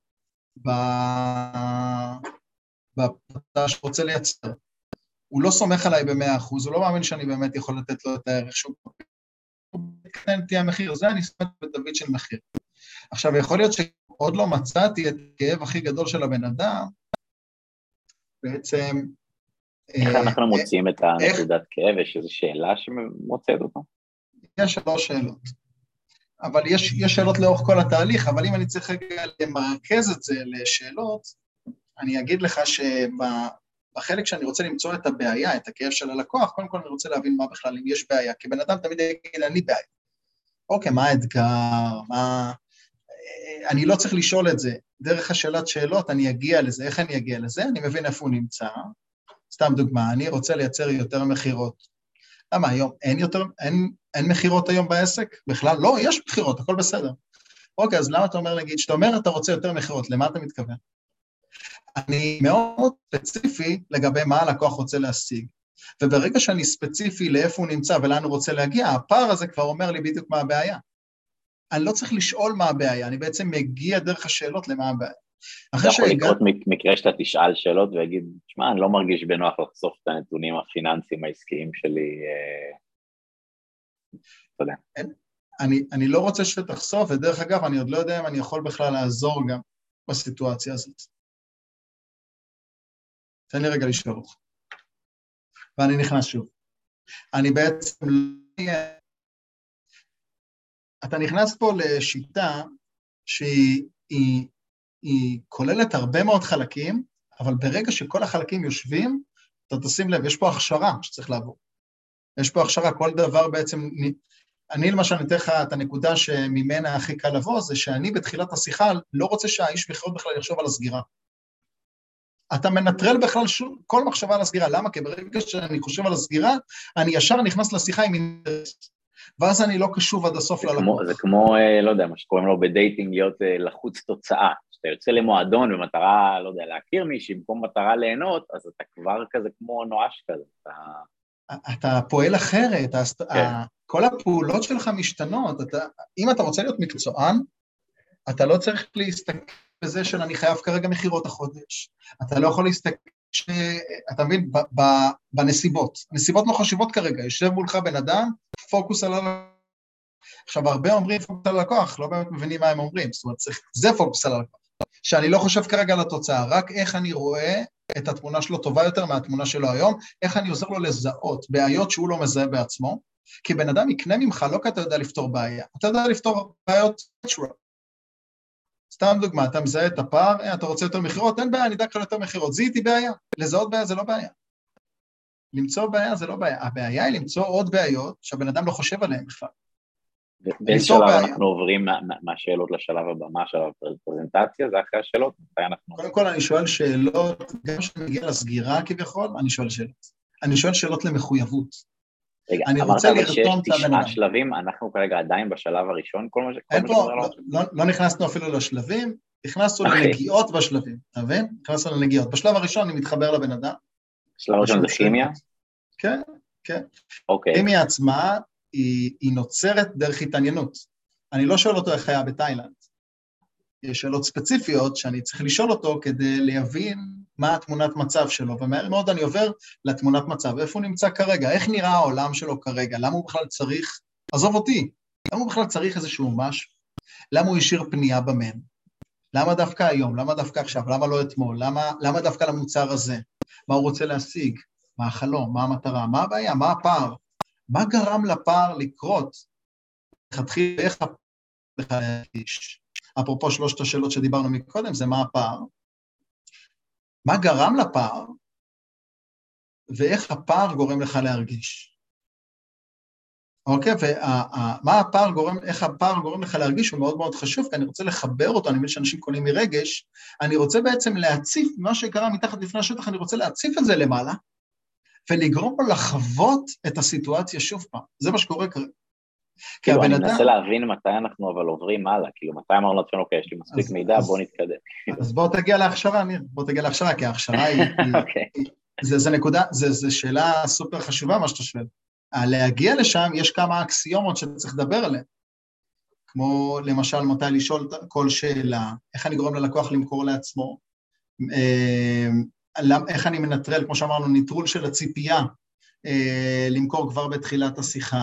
B: בפרטה שרוצה לייצר. הוא לא סומך עליי ב100%, הוא לא מאמין שאני באמת יכול לתת לו את הערך שהוא כן תהיה המחיר, זה אני סומך בתווית של מחיר. עכשיו, יכול להיות שעוד לא מצאתי את הכאב הכי גדול של הבן אדם, בעצם...
A: איך אנחנו מוצאים את הנקודת כאב? יש איזו שאלה שמוצאת אותו?
B: יש 3 שאלות. אבל יש שאלות לאורך כל התהליך, אבל אם אני צריך למרכז את זה לשאלות, אני אגיד לך בחלק שאני רוצה למצוא את הבעיה, את הכאב של הלקוח, קודם כל אני רוצה להבין מה בכלל, אם יש בעיה, כי בן אדם תמיד יגיד, אני בעיה. אוקיי, מה האתגר? אני לא צריך לשאול את זה. דרך השאלת שאלות, אני אגיע לזה. איך אני אגיע לזה? אני מבין איפה הוא נמצא. סתם דוגמה, אני רוצה לייצר יותר מחירות. למה היום? אין מחירות היום בעסק? בכלל לא, יש מחירות, הכל בסדר. אוקיי, אז למה אתה אומר, נגיד, שאתה אומר, אתה רוצה יותר מחירות, למה אתה מתכוון? אני מאוד ספציפי לגבי מה הלקוח רוצה להשיג, וברגע שאני ספציפי לאיפה הוא נמצא ולאן הוא רוצה להגיע, הפער הזה כבר אומר לי בדיוק מה הבעיה. אני לא צריך לשאול מה הבעיה, אני בעצם מגיע דרך השאלות למה הבעיה.
A: זה יכול לקרות מקרה שאתה תשאל שאלות ויגיד, שמע, אני לא מרגיש בנוח לחשוף את הנתונים הפיננסיים העסקיים שלי, אתה יודע.
B: אני לא רוצה שתחשוף, ודרך אגב, אני עוד לא יודע אם אני יכול בכלל לעזור גם בסיטואציה הזאת. תן לי רגע לשאול אותך. ואני נכנס שוב. אני בעצם אתה נכנס פה לשיטה שהיא כוללת הרבה מאוד חלקים, אבל ברגע שכל החלקים יושבים, אתה תשים לב, יש פה הכשרה שצריך לעבור. יש פה הכשרה, כל דבר בעצם, אני למשל נתן לך את הנקודה שממנה הכי קל לבוא, זה שאני בתחילת השיחה לא רוצה שהאיש מכירות בכלל יחשוב על הסגירה. אתה מנטרל בכלל כל מחשבה על הסגירה, למה? כי ברגע שאני חושב על הסגירה, אני ישר נכנס לשיחה עם אינטרס. ואז אני לא קשוב עד הסוף ללקוח.
A: זה כמו, לא יודע, מה שקוראים לו בדייטינג, להיות לחוץ תוצאה. כשאתה יוצא למועדון במטרה, לא יודע, להכיר מישהי, במקום מטרה ליהנות, אז אתה כבר כזה כמו נואש כזה.
B: אתה פועל אחרת, כל הפעולות שלך משתנות. אם אתה רוצה להיות מקצוען, אתה לא צריך להסתכל בזה של אני חייב כרגע מחירות החודש. אתה לא יכול להסתכל אתה מבין, בנסיבות. הנסיבות לא חשיבות כרגע, יושב מולך בן אדם, פוקוס על הלקוח. עכשיו, הרבה אומרים פוקוס על הלקוח, לא באמת מבינים מה הם אומרים, זאת אומרת, זה פוקוס על הלקוח. שאני לא חושב כרגע על התוצאה, רק איך אני רואה את התמונה שלו טובה יותר מהתמונה שלו היום, איך אני עוזר לו לזהות בעיות שהוא לא מזהה בעצמו, כי בן אדם יקנה ממך, לא כי אתה יודע לפתור בעיה, אתה יודע לפתור בעיות natural. סתם דוגמה, אתה מזהה את הפער, אתה רוצה יותר מחירות, אין בעיה, אני אדאג לך יותר מחירות, זיהיתי בעיה, לזהות בעיה זה לא בעיה. למצוא בעיה זה לא בעיה, הבעיה היא למצוא עוד בעיות שהבן אדם לא חושב עליהן בכלל.
A: באיזה שלב אנחנו עוברים מהשאלות לשלב הבא, מה השלב הפרזנטציה, זה אחרי השאלות?
B: קודם כל אני שואל שאלות, גם כשאני מגיע לסגירה כביכול, אני שואל שאלות. אני שואל שאלות למחויבות.
A: רגע, אמרת אבל שיש 9 שלבים, אנחנו כרגע עדיין בשלב הראשון, כל מה
B: פה, לא נכנסנו אפילו לשלבים, נכנסנו לנגיעות בשלבים, אתה מבין? נכנסנו לנגיעות. בשלב הראשון אני מתחבר לבן אדם.
A: בשלב הראשון זה כימיה?
B: כן, כן.
A: אוקיי.
B: כימיה עצמה היא נוצרת דרך התעניינות. אני לא שואל אותו איך היה בתאילנד. יש שאלות ספציפיות שאני צריך לשאול אותו כדי להבין מה התמונת מצב שלו, ומהר מאוד אני עובר לתמונת מצב, איפה הוא נמצא כרגע, איך נראה העולם שלו כרגע, למה הוא בכלל צריך, עזוב אותי, למה הוא בכלל צריך איזשהו משהו, למה הוא השאיר פנייה במייל, למה דווקא היום, למה דווקא עכשיו, למה לא אתמול, למה דווקא למוצר הזה, מה הוא רוצה להשיג, מה החלום, מה המטרה, מה הבעיה, מה הפער, מה גרם לפער לקרות, תתחיל איך הפער לך להרגיש, אפרופו 3 השאלות שדיברנו מקודם, זה מה הפער, מה גרם לפער, ואיך הפער גורם לך להרגיש. אוקיי? ומה הפער גורם, איך הפער גורם לך להרגיש, הוא מאוד מאוד חשוב, כי אני רוצה לחבר אותו, אני מבין שאנשים קונים מרגש, אני רוצה בעצם להציף, מה שקרה מתחת לפני השטח, אני רוצה להציף את זה למעלה, ולגרום לו לחוות את הסיטואציה שוב פעם. זה מה שקורה כרגע.
A: כאילו, אני מנסה להבין מתי אנחנו אבל עוברים הלאה, כאילו, מתי אמרנו לעצמנו, אוקיי, יש לי מספיק מידע, בוא נתקדם.
B: אז בוא תגיע להכשרה, ניר, בוא תגיע להכשרה, כי ההכשרה היא, זה נקודה, זה שאלה סופר חשובה, מה שאתה שואל. להגיע לשם, יש כמה אקסיומות שצריך לדבר עליהן, כמו למשל, מתי לשאול כל שאלה, איך אני גורם ללקוח למכור לעצמו, איך אני מנטרל, כמו שאמרנו, ניטרול של הציפייה, למכור כבר בתחילת השיחה,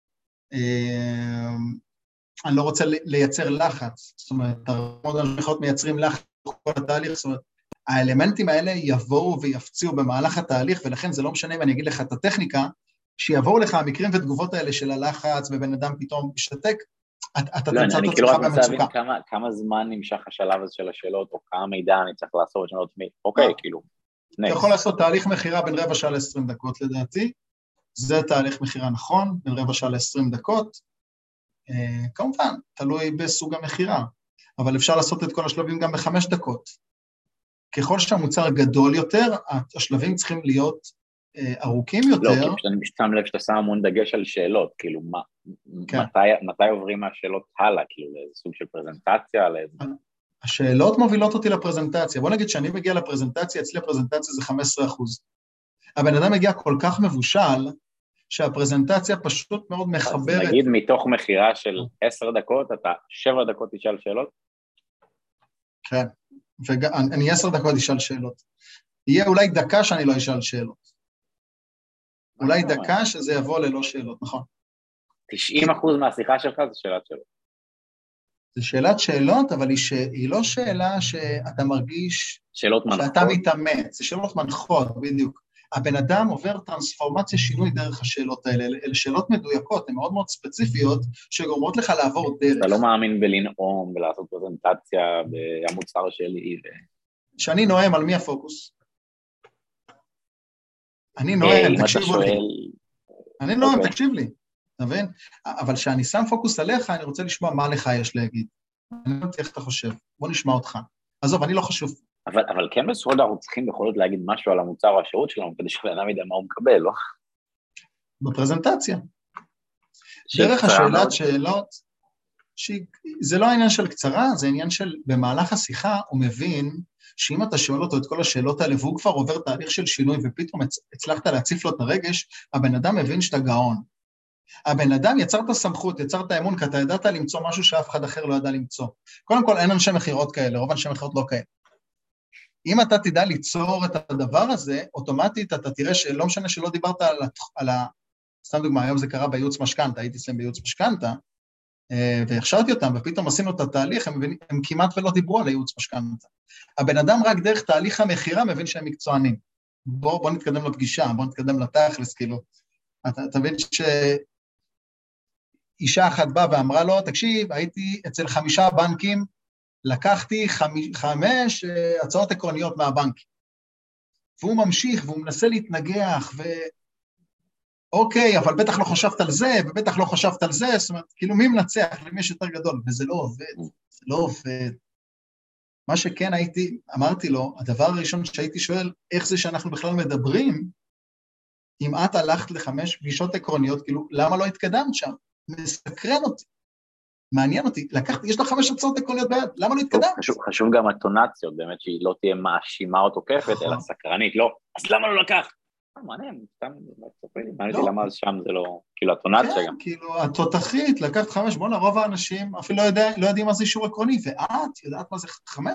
B: אני לא רוצה לייצר לחץ, זאת אומרת, הרבה מאוד מייצרים לחץ בכל התהליך, זאת אומרת, האלמנטים האלה יבואו ויפציעו במהלך התהליך, ולכן זה לא משנה אם אני אגיד לך את הטכניקה, שיבואו לך המקרים ותגובות האלה של הלחץ, ובן אדם פתאום משתתק, אתה תמצא את עצמך במצוקה.
A: כמה זמן נמשך השלב הזה של השאלות, או כמה מידע אני צריך לעשות לשנות מי, אוקיי, כאילו.
B: אתה יכול לעשות תהליך מחירה בין 15 שעה ל-20 דקות לדעתי, זה תהליך מחירה נכון, בין 15 שעה ל-20 דקות, כמובן, תלוי בסוג המחירה, אבל אפשר לעשות את כל השלבים גם ב5 דקות. ככל שהמוצר גדול יותר, השלבים צריכים להיות ארוכים יותר.
A: לא, כי אני שם לב שאתה שם המון דגש על שאלות, כאילו, מתי עוברים מהשאלות הלאה, כאילו, לאיזה סוג של פרזנטציה, לאיזה...
B: השאלות מובילות אותי לפרזנטציה. בוא נגיד שאני מגיע לפרזנטציה, אצלי הפרזנטציה זה 15%. הבן אדם מגיע כל כך מבושל, שהפרזנטציה פשוט מאוד מחברת.
A: אז נגיד מתוך מחירה של 10 דקות, אתה 7 דקות תשאל שאלות?
B: כן, ואני 10 דקות אשאל שאלות. יהיה אולי דקה שאני לא אשאל שאלות. אולי דקה שזה יבוא ללא שאלות, נכון.
A: 90% מהשיחה שלך זה שאלת שאלות.
B: זה שאלת שאלות, אבל היא לא שאלה שאתה מרגיש שאתה מתאמץ, זה שאלות מנחות, בדיוק. הבן אדם עובר טרנספורמציה, שינוי דרך השאלות האלה, אלה שאלות מדויקות, הן מאוד מאוד ספציפיות, שגורמות לך לעבור דרך.
A: אתה לא מאמין בלנאום ולעשות פרזנטציה במוצר שלי.
B: שאני נואם, על מי הפוקוס? אני נואם, תקשיבו לי. אני נואם, תקשיב לי. מבין? אבל כשאני שם פוקוס עליך, אני רוצה לשמוע מה לך יש להגיד. אני לא יודע איך אתה חושב, בוא נשמע אותך. עזוב, אני לא חשוב.
A: אבל כן בסוד אנחנו צריכים בכל זאת להגיד משהו על המוצר או השירות שלנו, כדי שבן ידע מה הוא מקבל, לא?
B: בפרזנטציה. דרך השאלת שאלות, זה לא העניין של קצרה, זה העניין של במהלך השיחה הוא מבין שאם אתה שואל אותו את כל השאלות האלה, והוא כבר עובר תהליך של שינוי, ופתאום הצלחת להציף לו את הרגש, הבן אדם מבין שאתה גאון. הבן אדם יצר את הסמכות, יצר את האמון, כי אתה ידעת למצוא משהו שאף אחד אחר לא ידע למצוא. קודם כל, אין אנשי מחירות כאלה, רוב אנשי מחירות לא כאלה. אם אתה תדע ליצור את הדבר הזה, אוטומטית אתה תראה שלא משנה שלא דיברת סתם דוגמה, היום זה קרה בייעוץ משכנתה, הייתי אצלם בייעוץ משכנתה, והכשרתי אותם, ופתאום עשינו את התהליך, הם כמעט ולא דיברו על הייעוץ משכנתה. הבן אדם רק דרך תהליך המחירה מבין שהם מקצוענים. בוא נתקדם לפגישה, בוא נתקדם לתכלס, כאילו. אתה מבין אישה אחת באה ואמרה לו, תקשיב, הייתי אצל 5 בנקים, לקחתי 5 הצעות עקרוניות מהבנקים. והוא ממשיך, והוא מנסה להתנגח, אוקיי, אבל בטח לא חשבת על זה, ובטח לא חשבת על זה, זאת אומרת, כאילו מי מנצח, למי יש יותר גדול, וזה לא עובד, זה לא עובד. מה שכן אמרתי לו, הדבר הראשון שהייתי שואל, איך זה שאנחנו בכלל מדברים, אם את הלכת ל5 פגישות עקרוניות, כאילו, למה לא התקדמת שם? מסקרן אותי, מעניין אותי, יש לה 5 הצעות עקרוניות ביד, למה לא התקדמת?
A: חשוב גם הטונציות, באמת שהיא לא תהיה מאשימה או תוקפת, אלא סקרנית, לא, אז למה לא לקח? מעניין, סתם, מעניין אותי למה שם זה לא, כאילו הטונציה גם.
B: כן, כאילו, התותחית, לקחת 5, בואו רוב האנשים אפילו לא יודעים מה זה אישור עקרוני, ואת יודעת מה זה 5?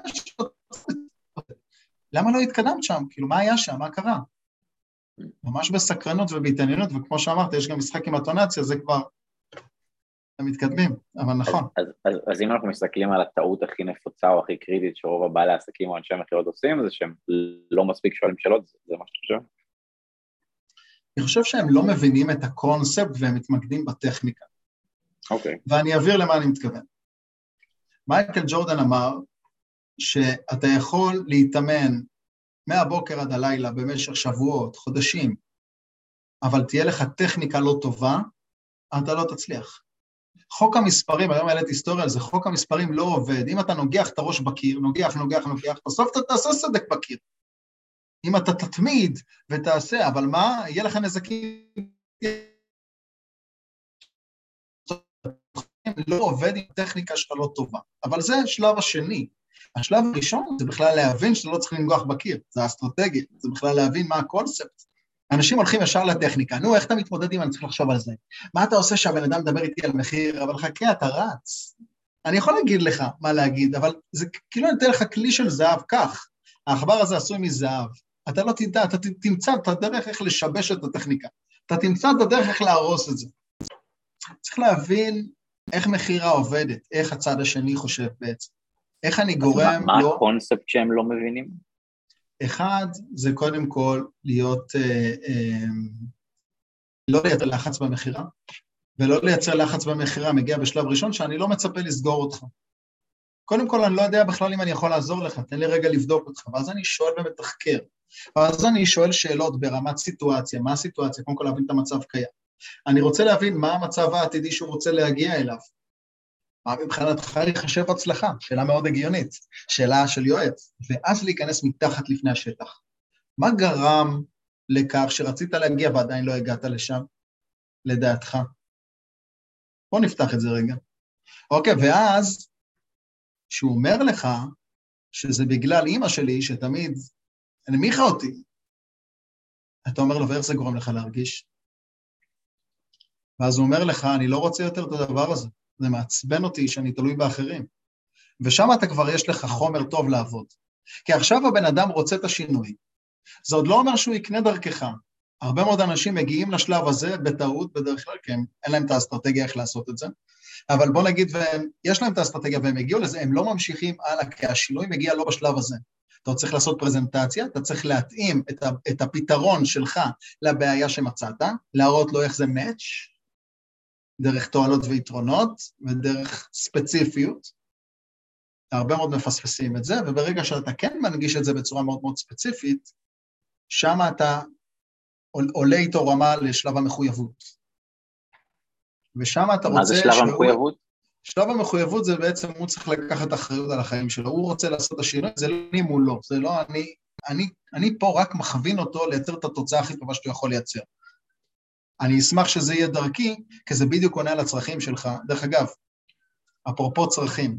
B: למה לא התקדמת שם? כאילו, מה היה שם? מה קרה? ממש בסקרנות ובהתעניינות, וכמו שאמרת, יש גם משחק עם הטונציה, זה כבר, הם מתקדמים, אבל נכון.
A: אז אם אנחנו מסתכלים על הטעות הכי נפוצה או הכי קריטית שרוב הבעלי העסקים או אנשי מחירות עושים, זה שהם לא מספיק שואלים שאלות, זה מה שאתה חושב?
B: אני חושב שהם לא מבינים את הקונספט והם מתמקדים בטכניקה.
A: אוקיי.
B: ואני אעביר למה אני מתכוון. מייקל ג'ורדן אמר שאתה יכול להתאמן מהבוקר עד הלילה במשך שבועות, חודשים, אבל תהיה לך טכניקה לא טובה, אתה לא תצליח. חוק המספרים, היום העלית היסטוריה על זה, חוק המספרים לא עובד. אם אתה נוגח את הראש בקיר, נוגח, בסוף אתה תעשה סדק בקיר. אם אתה תתמיד ותעשה, אבל מה? יהיה לך נזקים. לא עובד עם טכניקה שלך לא טובה. אבל זה השלב השני. השלב הראשון זה בכלל להבין שאתה לא צריך לנגוח בקיר. זה האסטרטגיה, זה בכלל להבין מה הקונספט. אנשים הולכים ישר לטכניקה. נו, איך אתה מתמודד אם אני צריך לחשוב על זה? מה אתה עושה שהבן אדם מדבר איתי על מחיר? אבל חכה, אתה רץ. אני יכול להגיד לך מה להגיד, אבל זה כאילו אני אתן לך כלי של זהב כך. העכבר הזה עשוי מזהב. אתה לא תדע, אתה תמצא את הדרך איך לשבש את הטכניקה. אתה תמצא את הדרך איך להרוס את זה. צריך להבין איך מחירה עובדת, איך הצד השני חושב בעצם. איך אני גורם
A: מה הקונספט שהם לא מבינים?
B: אחד, זה קודם כל להיות, לא לייצר לחץ במחירה, ולא לייצר לחץ במחירה מגיע בשלב ראשון, שאני לא מצפה לסגור אותך. קודם כל, אני לא יודע בכלל אם אני יכול לעזור לך, תן לי רגע לבדוק אותך, ואז אני שואל ומתחקר, ואז אני שואל שאלות ברמת סיטואציה, מה הסיטואציה? קודם כל להבין את המצב קיים. אני רוצה להבין מה המצב העתידי שהוא רוצה להגיע אליו. מה מבחינתך יחשב הצלחה? שאלה מאוד הגיונית, שאלה של יועץ, ואז להיכנס מתחת לפני השטח. מה גרם לכך שרצית להגיע ועדיין לא הגעת לשם, לדעתך? בוא נפתח את זה רגע. אוקיי, ואז, שהוא אומר לך שזה בגלל אמא שלי שתמיד הנמיכה אותי, אתה אומר לו, ואיך זה גורם לך להרגיש? ואז הוא אומר לך, אני לא רוצה יותר את הדבר הזה, זה מעצבן אותי שאני תלוי באחרים. ושם אתה כבר יש לך חומר טוב לעבוד. כי עכשיו הבן אדם רוצה את השינוי. זה עוד לא אומר שהוא יקנה דרכך. הרבה מאוד אנשים מגיעים לשלב הזה בטעות בדרך כלל, כי אין להם את האסטרטגיה איך לעשות את זה, אבל בוא נגיד, יש להם את האסטרטגיה והם הגיעו לזה, הם לא ממשיכים הלאה, כי השינוי מגיע לא בשלב הזה. אתה צריך לעשות פרזנטציה, אתה צריך להתאים את הפתרון שלך לבעיה שמצאת, להראות לו איך זה match, דרך תועלות ויתרונות, ודרך ספציפיות. הרבה מאוד מפספסים את זה, וברגע שאתה כן מנגיש את זה בצורה מאוד מאוד ספציפית, שם אתה עולה איתו רמה לשלב המחויבות. ושם אתה רוצה...
A: מה זה שלב המחויבות?
B: שלב המחויבות זה בעצם, הוא צריך לקחת אחריות על החיים שלו, הוא רוצה לעשות את השינוי, זה לא אני מולו, זה לא אני פה רק מכווין אותו לייצר את התוצאה הכי טובה שאתה יכול לייצר. אני אשמח שזה יהיה דרכי, כי זה בדיוק עונה על הצרכים שלך. דרך אגב, אפרופו צרכים,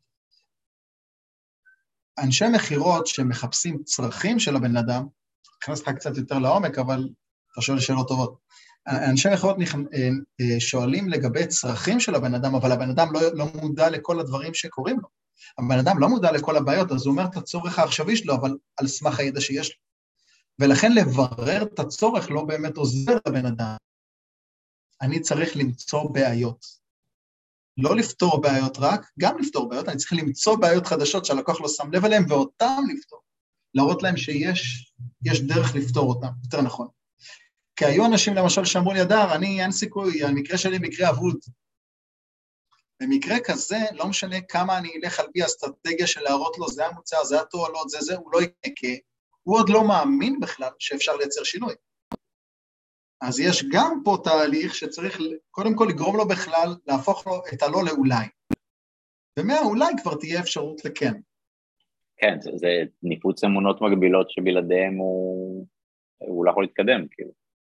B: אנשי מחירות שמחפשים צרכים של הבן אדם, נכנס לך קצת יותר לעומק, אבל אתה שואל שאלות טובות. אנשי מחירות שואלים לגבי צרכים של הבן אדם, אבל הבן אדם לא מודע לכל הדברים שקורים לו. הבן אדם לא מודע לכל הבעיות, אז הוא אומר את הצורך העכשווי שלו, אבל על סמך הידע שיש לו. ולכן לברר את הצורך לא באמת עוזר לבן אדם. אני צריך למצוא בעיות. לא לפתור בעיות רק, גם לפתור בעיות, אני צריך למצוא בעיות חדשות שהלקוח לא שם לב אליהם, ואותם לפתור. להראות להם שיש דרך לפתור אותם, יותר נכון. כי היו אנשים למשל שאמרו לי, אדר, אין סיכוי, המקרה שלי מקרה אבוד. במקרה כזה, לא משנה כמה אני אלך על פי האסטרטגיה של להראות לו, זה המוצר, זה התועלות, זה, הוא לא יקרה, הוא עוד לא מאמין בכלל שאפשר לייצר שינוי. אז יש גם פה תהליך שצריך קודם כל לגרום לו בכלל, להפוך לו את הלא לאולי. ומהאולי כבר תהיה אפשרות לכן.
A: כן, זה ניפוץ אמונות מגבילות שבלעדיהם הוא לא יכול להתקדם, כאילו.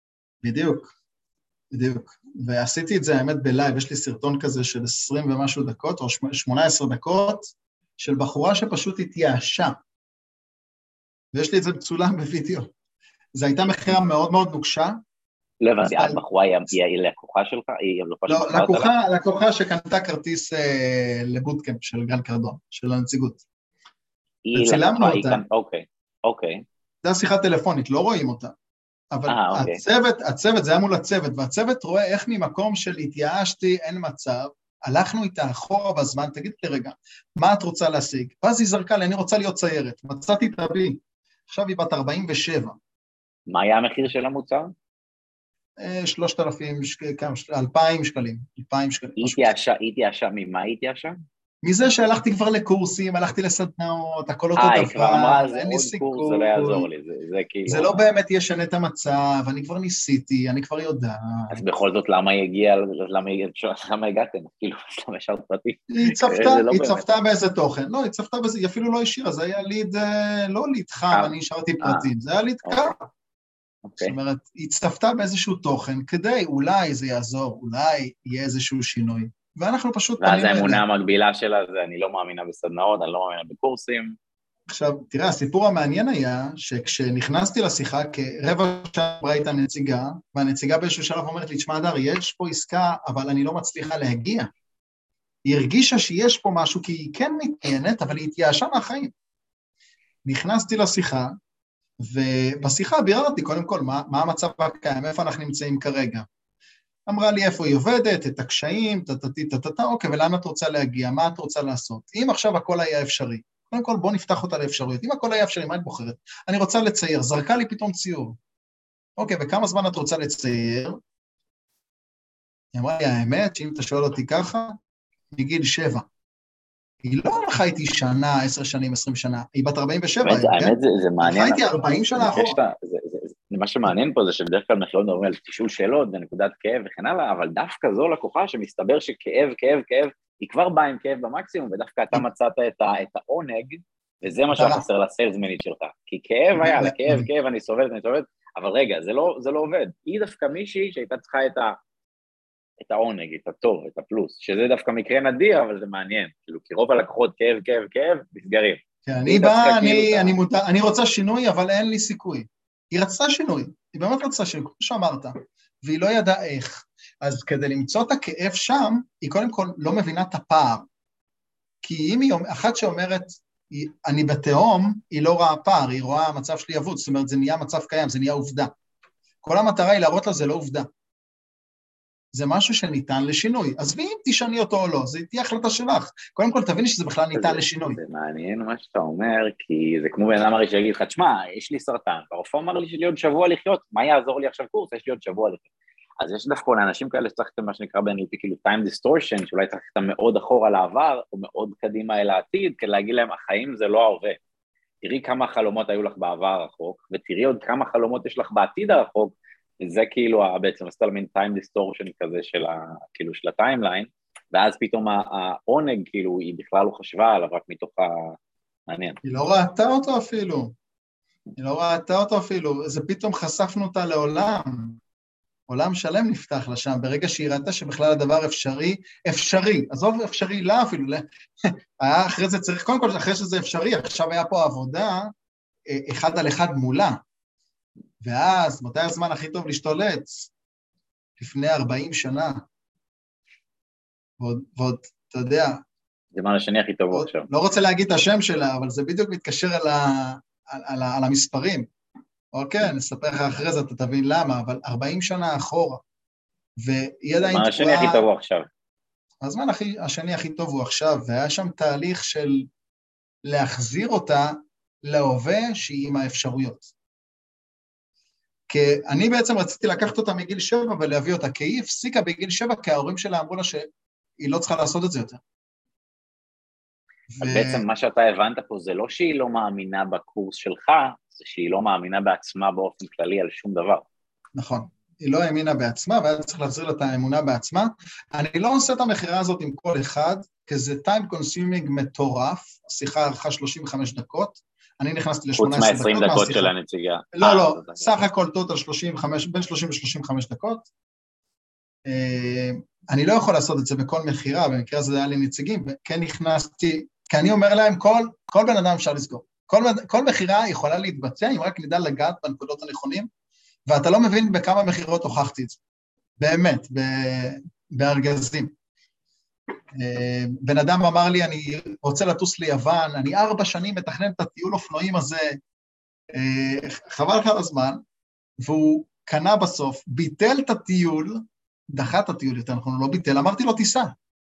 B: בדיוק. ועשיתי את זה, האמת, בלייב, יש לי סרטון כזה של 20 ומשהו דקות, או 18 דקות, של בחורה שפשוט התייאשה. ויש לי את זה מצולם בווידאו. זו הייתה מחירה מאוד מאוד נוקשה.
A: לא הבנתי, הבחורה היא לקוחה שלך?
B: לא, לקוחה שקנתה כרטיס לבוטקאמפ של גרנד קרדון, של הנציגות. וצילמנו אותה.
A: אוקיי.
B: זו השיחה טלפונית, לא רואים אותה. אבל הצוות, זה היה מול הצוות, והצוות רואה איך ממקום של התייאשתי, אין מצב, הלכנו איתה אחורה בזמן, תגיד לי רגע, מה את רוצה להשיג? ואז היא זרקה לי, אני רוצה להיות ציירת, מצאתי את אבי, עכשיו היא בת 47.
A: מה היה המחיר של המוצר?
B: 3,000, 2,000 שקלים.
A: היא התייאשה, ממה היא התייאשה?
B: מזה שהלכתי כבר לקורסים, הלכתי לסדנאות, הכל אותו דבר,
A: היא כבר אמרה, זה עוד קורס, זה לא יעזור לי, זה כאילו...
B: זה לא באמת ישנה את המצב, אני כבר ניסיתי, אני כבר יודע.
A: אז בכל זאת, למה הגעתם? כאילו, למה ישרת פרטי?
B: היא צפתה באיזה תוכן, לא, היא צפתה באיזה, היא אפילו לא השאירה, זה היה ליד, לא ליד חם, אני השארתי פרטים, זה היה ליד קר. זאת אומרת, היא צפתה באיזשהו תוכן, כדי, אולי זה יעזור, אולי יהיה איזשהו שינוי. ואנחנו פשוט...
A: ואז האמונה המקבילה שלה זה אני לא מאמינה בסדנאות, אני לא מאמינה בקורסים.
B: עכשיו, תראה, הסיפור המעניין היה שכשנכנסתי לשיחה, כרבע שעה הייתה נציגה, והנציגה באיזשהו שלב אומרת לי, תשמע אדר, יש פה עסקה, אבל אני לא מצליחה להגיע. היא הרגישה שיש פה משהו, כי היא כן מתעניינת, אבל היא התייאשה מהחיים. נכנסתי לשיחה, ובשיחה ביררתי קודם כל, מה המצב הקיים, איפה אנחנו נמצאים כרגע. אמרה לי איפה היא עובדת, את הקשיים, אוקיי, ולאן את רוצה להגיע, מה את רוצה לעשות? אם עכשיו הכל היה אפשרי, קודם כל בוא נפתח אותה לאפשרויות, אם הכל היה אפשרי, מה את בוחרת? אני רוצה לצייר, זרקה לי פתאום ציור. אוקיי, וכמה זמן את רוצה לצייר? היא אמרה לי, האמת, שאם אתה שואל אותי ככה, מגיל 7. היא לא הלכה איתי שנה, 10 שנים, 20 שנה, היא בת 47.
A: האמת זה מעניין.
B: הלכה איתי 40 שנה אחורה.
A: מה שמעניין פה זה שבדרך כלל מחירות מדברים על תשאול שאלות ונקודת כאב וכן הלאה, אבל דווקא זו לקוחה שמסתבר שכאב, היא כבר באה עם כאב במקסימום, ודווקא אתה מצאת את העונג, וזה מה שחסר לסיילסמנית שלך. כי כאב היה, כאב, אני סובלת, אבל רגע, זה לא עובד. היא דווקא מישהי שהייתה צריכה את העונג, את הטוב, את הפלוס, שזה דווקא מקרה נדיר, אבל זה מעניין. כאילו, כי רוב הלקוחות כאב, נסגרים.
B: אני רוצה שינוי, אבל אין לי סיכוי. היא רצתה שינוי, היא באמת רצתה שינוי, כמו שאמרת, והיא לא ידעה איך. אז כדי למצוא את הכאב שם, היא קודם כל לא מבינה את הפער. כי אם היא אחת שאומרת, אני בתהום, היא לא רואה פער, היא רואה המצב שלי אבוד, זאת אומרת, זה נהיה מצב קיים, זה נהיה עובדה. כל המטרה היא להראות לה, זה לא עובדה. זה משהו שניתן לשינוי. אז ואם תשני אותו או לא, זה תהיה החלטה שלך. קודם כל, תביני שזה בכלל ניתן לשינוי.
A: זה מעניין מה שאתה אומר, כי זה כמו בן אדם הרי שיגיד לך, תשמע, יש לי סרטן, והרופא אמר לי שיש לי עוד שבוע לחיות, מה יעזור לי עכשיו קורס? יש לי עוד שבוע לחיות. אז יש דווקא לאנשים כאלה שצריך את מה שנקרא ב-NLP, כאילו time distortion, שאולי צריך את מאוד אחורה לעבר, או מאוד קדימה אל העתיד, כדי להגיד להם, החיים זה לא ההווה. תראי כמה חלומות היו לך בעבר הרחוק, ותראי עוד כמה חלומות יש לך בעתיד הרחוק, וזה כאילו בעצם עשתה למין time distortion כזה כאילו של הטיימליין, ואז פתאום העונג כאילו היא בכלל לא חשבה עליו רק מתוך מעניין.
B: היא לא ראתה אותו אפילו. היא לא ראתה אותו אפילו. זה פתאום חשפנו אותה לעולם. עולם שלם נפתח לשם, ברגע שהיא ראתה שבכלל הדבר אפשרי. עזוב אפשרי לה אפילו. היה אחרי זה צריך, קודם כל אחרי שזה אפשרי, עכשיו היה פה עבודה אחד על אחד מולה. ואז, מתי הזמן הכי טוב להשתולט? לפני 40 שנה. ועוד, אתה יודע...
A: זה מה השני הכי טוב עכשיו.
B: לא רוצה להגיד את השם שלה, אבל זה בדיוק מתקשר על המספרים. אוקיי, נספר לך אחרי זה, אתה תבין למה, אבל 40 שנה אחורה. והיא עדיין תקועה...
A: הזמן השני הכי טוב הוא עכשיו.
B: הזמן השני הכי טוב הוא עכשיו, והיה שם תהליך של להחזיר אותה להווה שהיא עם האפשרויות. כי אני בעצם רציתי לקחת אותה מגיל 7 ולהביא אותה, כי היא הפסיקה בגיל 7, כי ההורים שלה אמרו לה שהיא לא צריכה לעשות את זה יותר.
A: בעצם מה שאתה הבנת פה זה לא שהיא לא מאמינה בקורס שלך, זה שהיא לא מאמינה בעצמה באופן כללי על שום דבר.
B: נכון, היא לא האמינה בעצמה, והיה צריך להחזיר לה את האמונה בעצמה. אני לא עושה את המחירה הזאת עם כל אחד, כי זה time consuming מטורף, השיחה ערכה 35 דקות, אני נכנסתי ל-18 דקות.
A: חוץ מה-20 דקות של הנציגה.
B: לא, סך הכל טוטל 35, בין 30 ל-35 דקות. אני לא יכול לעשות את זה בכל מחירה, במקרה הזה היה לי נציגים, וכן נכנסתי, כי אני אומר להם, כל בן אדם אפשר לסגור. כל מחירה יכולה להתבצע, אם רק נדע לגעת בנקודות הנכונים, ואתה לא מבין בכמה מחירות הוכחתי את זה. באמת, בארגזים. בן אדם אמר לי, אני רוצה לטוס ליוון, אני 4 שנים מתכנן את הטיול אופנועים הזה, חבל לך על הזמן, והוא קנה בסוף, ביטל את הטיול, דחה את הטיול יותר, אנחנו לא ביטל, אמרתי לו, תיסע.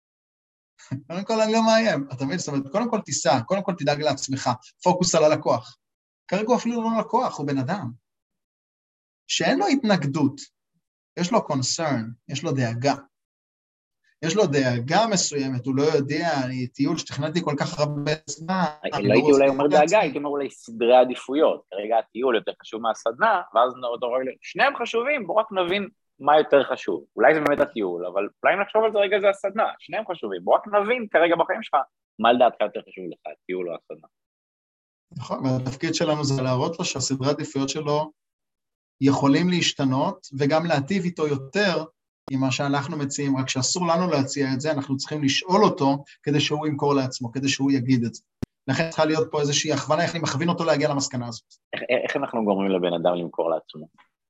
B: קודם כל אני לא מאיים, אתה מבין? זאת אומרת, קודם כל תיסע, קודם כל תדאג לעצמך, פוקוס על הלקוח. כרגע הוא אפילו לא לקוח, הוא בן אדם. שאין לו התנגדות, יש לו concern, יש לו דאגה. יש לו דאגה מסוימת, הוא לא יודע, אני טיול שתכננתי כל כך הרבה זמן.
A: לא הייתי אולי אומר דאגה, הייתי אומר אולי סדרי עדיפויות. כרגע הטיול יותר חשוב מהסדנה, ואז שניהם חשובים, בואו רק נבין מה יותר חשוב. אולי זה באמת הטיול, אבל אולי אם נחשוב על זה רגע זה הסדנה, שניהם חשובים, בואו רק נבין כרגע בחיים שלך, מה לדעתך יותר חשוב לך, הטיול או הסדנה.
B: נכון, והתפקיד שלנו זה להראות לו שהסדרי העדיפויות שלו יכולים להשתנות, וגם להטיב איתו יותר, עם מה שאנחנו מציעים, רק שאסור לנו להציע את זה, אנחנו צריכים לשאול אותו, כדי שהוא ימכור לעצמו, כדי שהוא יגיד את זה. לכן צריכה להיות פה איזושהי הכוונה, איך אני מכווין אותו להגיע למסקנה הזאת.
A: איך אנחנו גורמים לבן אדם למכור לעצמו?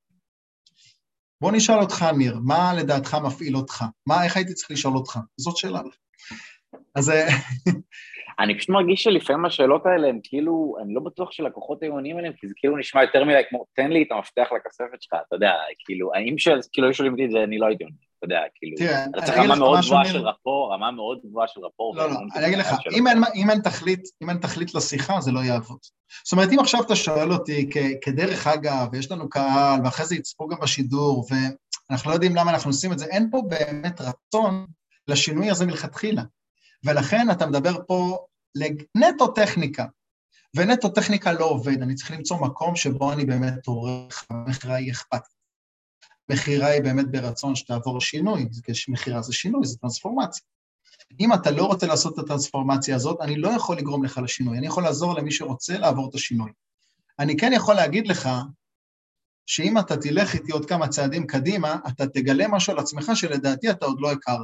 B: בוא נשאל אותך, ניר, מה לדעתך מפעיל אותך? איך הייתי צריך לשאול אותך? זאת שאלה. אז...
A: אני פשוט מרגיש שלפעמים השאלות האלה הם כאילו, אני לא בטוח שלקוחות היו עונים עליהם, כי זה כאילו נשמע יותר מדי כמו, תן לי את המפתח לכספת שלך, אתה יודע, כאילו, אם כאילו יש שואלים אותי את זה, אני לא הייתי עונה, אתה יודע, כאילו, אתה צריך רמה מאוד גבוהה של רפור, רמה מאוד גבוהה של רפור.
B: לא, אני אגיד לך, אם אין תכלית לשיחה, זה לא יעבוד. זאת אומרת, אם עכשיו אתה שואל אותי כדרך אגב, ויש לנו קהל, ואחרי זה יצפו גם בשידור, ואנחנו לא יודעים למה אנחנו עושים את זה, אין פה באמת רצון לשינוי הזה מלכתחילה. ולכן אתה מדבר פה לנטו טכניקה, ונטו טכניקה לא עובד, אני צריך למצוא מקום שבו אני באמת עורך, המחירה היא אכפת. מחירה היא באמת ברצון שתעבור שינוי, מחירה זה שינוי, זה טרנספורמציה. אם אתה לא רוצה לעשות את הטרנספורמציה הזאת, אני לא יכול לגרום לך לשינוי, אני יכול לעזור למי שרוצה לעבור את השינוי. אני כן יכול להגיד לך, שאם אתה תלך איתי עוד כמה צעדים קדימה, אתה תגלה משהו על עצמך שלדעתי אתה עוד לא הכרת.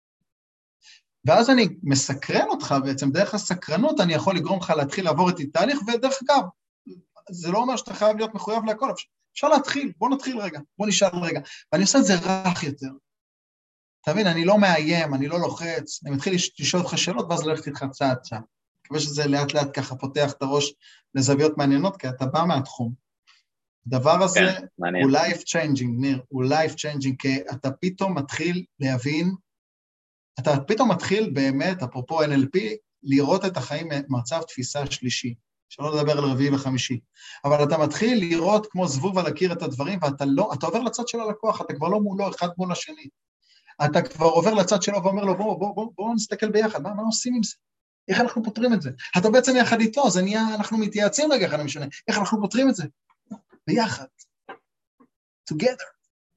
B: ואז אני מסקרן אותך בעצם, דרך הסקרנות אני יכול לגרום לך להתחיל לעבור איתי תהליך, ודרך אגב, זה לא אומר שאתה חייב להיות מחויב להכל, אפשר להתחיל, בוא נתחיל רגע, בוא נשאל רגע, ואני עושה את זה רך יותר. תבין, אני לא מאיים, אני לא לוחץ, אני מתחיל לשאול אותך שאלות, ואז ללכת איתך צעד צעד. מקווה שזה לאט לאט ככה פותח את הראש לזוויות מעניינות, כי אתה בא מהתחום. הדבר הזה הוא life changing, ניר, הוא life changing, כי אתה פתאום מתחיל להבין, אתה פתאום מתחיל באמת, אפרופו NLP, לראות את החיים ממצב תפיסה שלישי, שלא לדבר על רביעי וחמישי, אבל אתה מתחיל לראות כמו זבוב על הקיר את הדברים, ואתה לא, אתה עובר לצד של הלקוח, אתה כבר לא מולו אחד מול השני, אתה כבר עובר לצד שלו ואומר לו, בוא נסתכל ביחד, מה עושים עם זה? איך אנחנו פותרים את זה? אתה בעצם יחד איתו, זה נהיה, אנחנו מתייעצים רגע אחד משנה, איך אנחנו פותרים את זה? ביחד. together.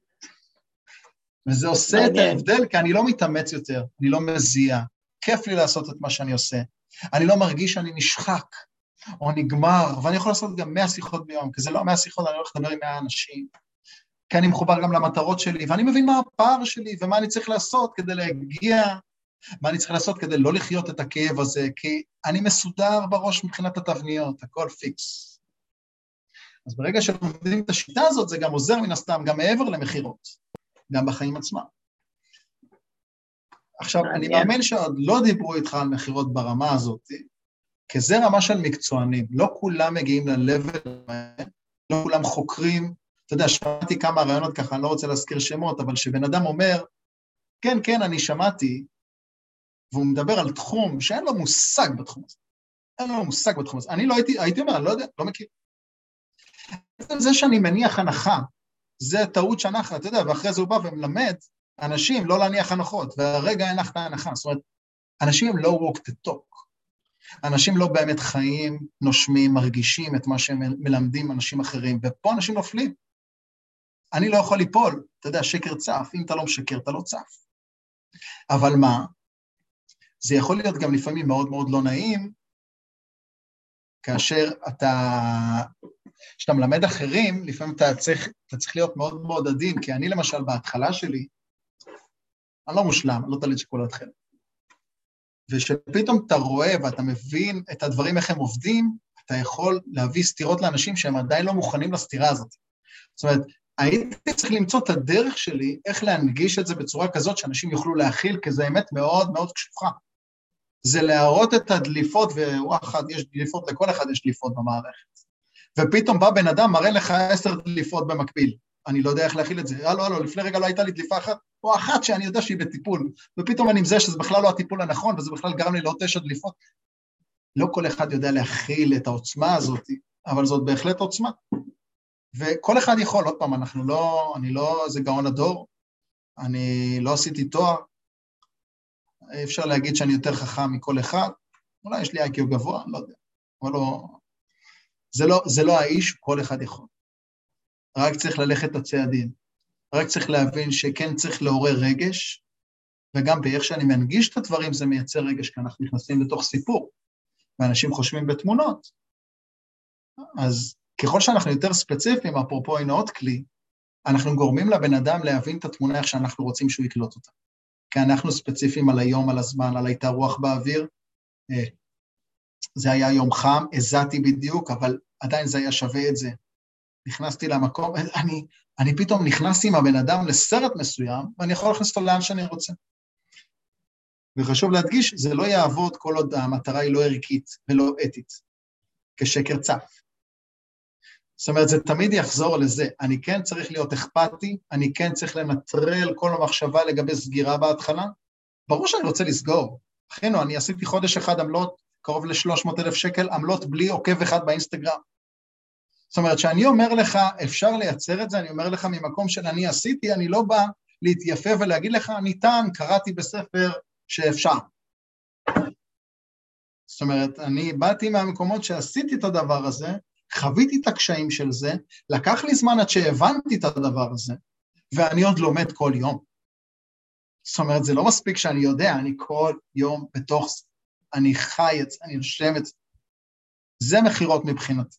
B: וזה עושה את ההבדל, כי אני לא מתאמץ יותר, אני לא מזיע, כיף לי לעשות את מה שאני עושה, אני לא מרגיש שאני נשחק, או נגמר, ואני יכול לעשות גם 100 שיחות ביום, כי זה לא 100 שיחות, אני הולך לדבר עם 100 אנשים, כי אני מחובר גם למטרות שלי, ואני מבין מה הפער שלי, ומה אני צריך לעשות כדי להגיע, מה אני צריך לעשות כדי לא לחיות את הכאב הזה, כי אני מסודר בראש מבחינת התבניות, הכל פיקס. אז ברגע שלומדים את השיטה הזאת, זה גם עוזר מן הסתם, גם מעבר למחירות, גם בחיים עצמם. עכשיו, אני מאמין שעוד לא דיברו איתך על מחירות ברמה הזאת, כי זה רמה של מקצוענים, לא כולם מגיעים ללבל, לא כולם חוקרים, אתה יודע, שמעתי כמה רעיונות ככה, אני לא רוצה להזכיר שמות, אבל שבן אדם אומר, כן, אני שמעתי, והוא מדבר על תחום שאין לו מושג בתחום הזה. אין לו מושג בתחום הזה. אני לא הייתי אומר, אני לא יודע, לא מכיר. זה שאני מניח הנחה, זה טעות שאנחנו, אתה יודע, ואחרי זה הוא בא ומלמד אנשים לא להניח הנחות, והרגע הנחת ההנחה. זאת אומרת, אנשים לא walk the talk. אנשים לא באמת חיים, נושמים, מרגישים את מה שהם מלמדים אנשים אחרים, ופה אנשים נופלים. אני לא יכול ליפול, אתה יודע, שקר צף, אם אתה לא משקר, אתה לא צף. אבל מה? זה יכול להיות גם לפעמים מאוד מאוד לא נעים, כאשר כשאתה מלמד אחרים, לפעמים אתה צריך להיות מאוד מאוד עדין, כי אני למשל בהתחלה שלי, אני לא מושלם, אני לא תלמיד שכל התחל. ושפתאום אתה רואה ואתה מבין את הדברים איך הם עובדים, אתה יכול להביא סתירות לאנשים שהם עדיין לא מוכנים לסתירה הזאת. זאת אומרת, הייתי צריך למצוא את הדרך שלי, איך להנגיש את זה בצורה כזאת שאנשים יוכלו להכיל, כי זה אמת מאוד מאוד קשוחה. זה להראות את הדליפות, וואחד, יש דליפות, לכל אחד יש דליפות במערכת. ופתאום בא בן אדם, מראה לך 10 דליפות במקביל. אני לא יודע איך להכיל את זה. הלו, לפני רגע לא הייתה לי דליפה אחת, או אחת שאני יודע שהיא בטיפול, ופתאום אני מזה שזה בכלל לא הטיפול הנכון, וזה בכלל גרם לי לעוד 9 דליפות. לא כל אחד יודע להכיל את העוצמה הזאת, אבל זאת בהחלט עוצמה. וכל אחד יכול, עוד פעם, אני לא איזה גאון הדור, אני לא עשיתי תואר, אפשר להגיד שאני יותר חכם מכל אחד, אולי יש לי IQ גבוה, לא יודע, אבל זה לא האיש, כל אחד יכול. רק צריך ללכת את הצעדים, רק צריך להבין שכן צריך לעורר רגש, וגם באיך שאני מנגיש את הדברים זה מייצר רגש, כי אנחנו נכנסים לתוך סיפור, ואנשים חושבים בתמונות. אז ככל שאנחנו יותר ספציפיים, אפרופו הנה עוד כלי, אנחנו גורמים לבן אדם להבין את התמונה איך שאנחנו רוצים שהוא יקלוט אותה. כי אנחנו ספציפיים על היום, על הזמן, על הייתה רוח באוויר, זה היה יום חם, הזעתי בדיוק, אבל עדיין זה היה שווה את זה. נכנסתי למקום, אני פתאום נכנסתי עם הבן אדם לסרט מסוים, ואני יכול להכניס אותו לאן שאני רוצה. וחשוב להדגיש, זה לא יעבוד כל עוד המטרה היא לא ערכית ולא אתית, כשקר צף. זאת אומרת, זה תמיד יחזור לזה, אני כן צריך להיות אכפתי, אני כן צריך לנטרל כל המחשבה לגבי סגירה בהתחלה, ברור שאני רוצה לסגור, אחינו, אני עשיתי חודש אחד עמלות, קרוב ל-300,000 שקל, עמלות בלי עוקב אחד באינסטגרם. זאת אומרת, שאני אומר לך, אפשר לייצר את זה, אני אומר לך ממקום של אני עשיתי, אני לא בא להתייפה ולהגיד לך, ניתן, קראתי בספר שאפשר. זאת אומרת, אני באתי מהמקומות שעשיתי את הדבר הזה, חוויתי את הקשיים של זה, לקח לי זמן עד שהבנתי את הדבר הזה, ואני עוד לומד כל יום. זאת אומרת, זה לא מספיק שאני יודע, אני כל יום בתוך זה, אני חי את זה, אני נושם את זה. זה מחירות מבחינתי.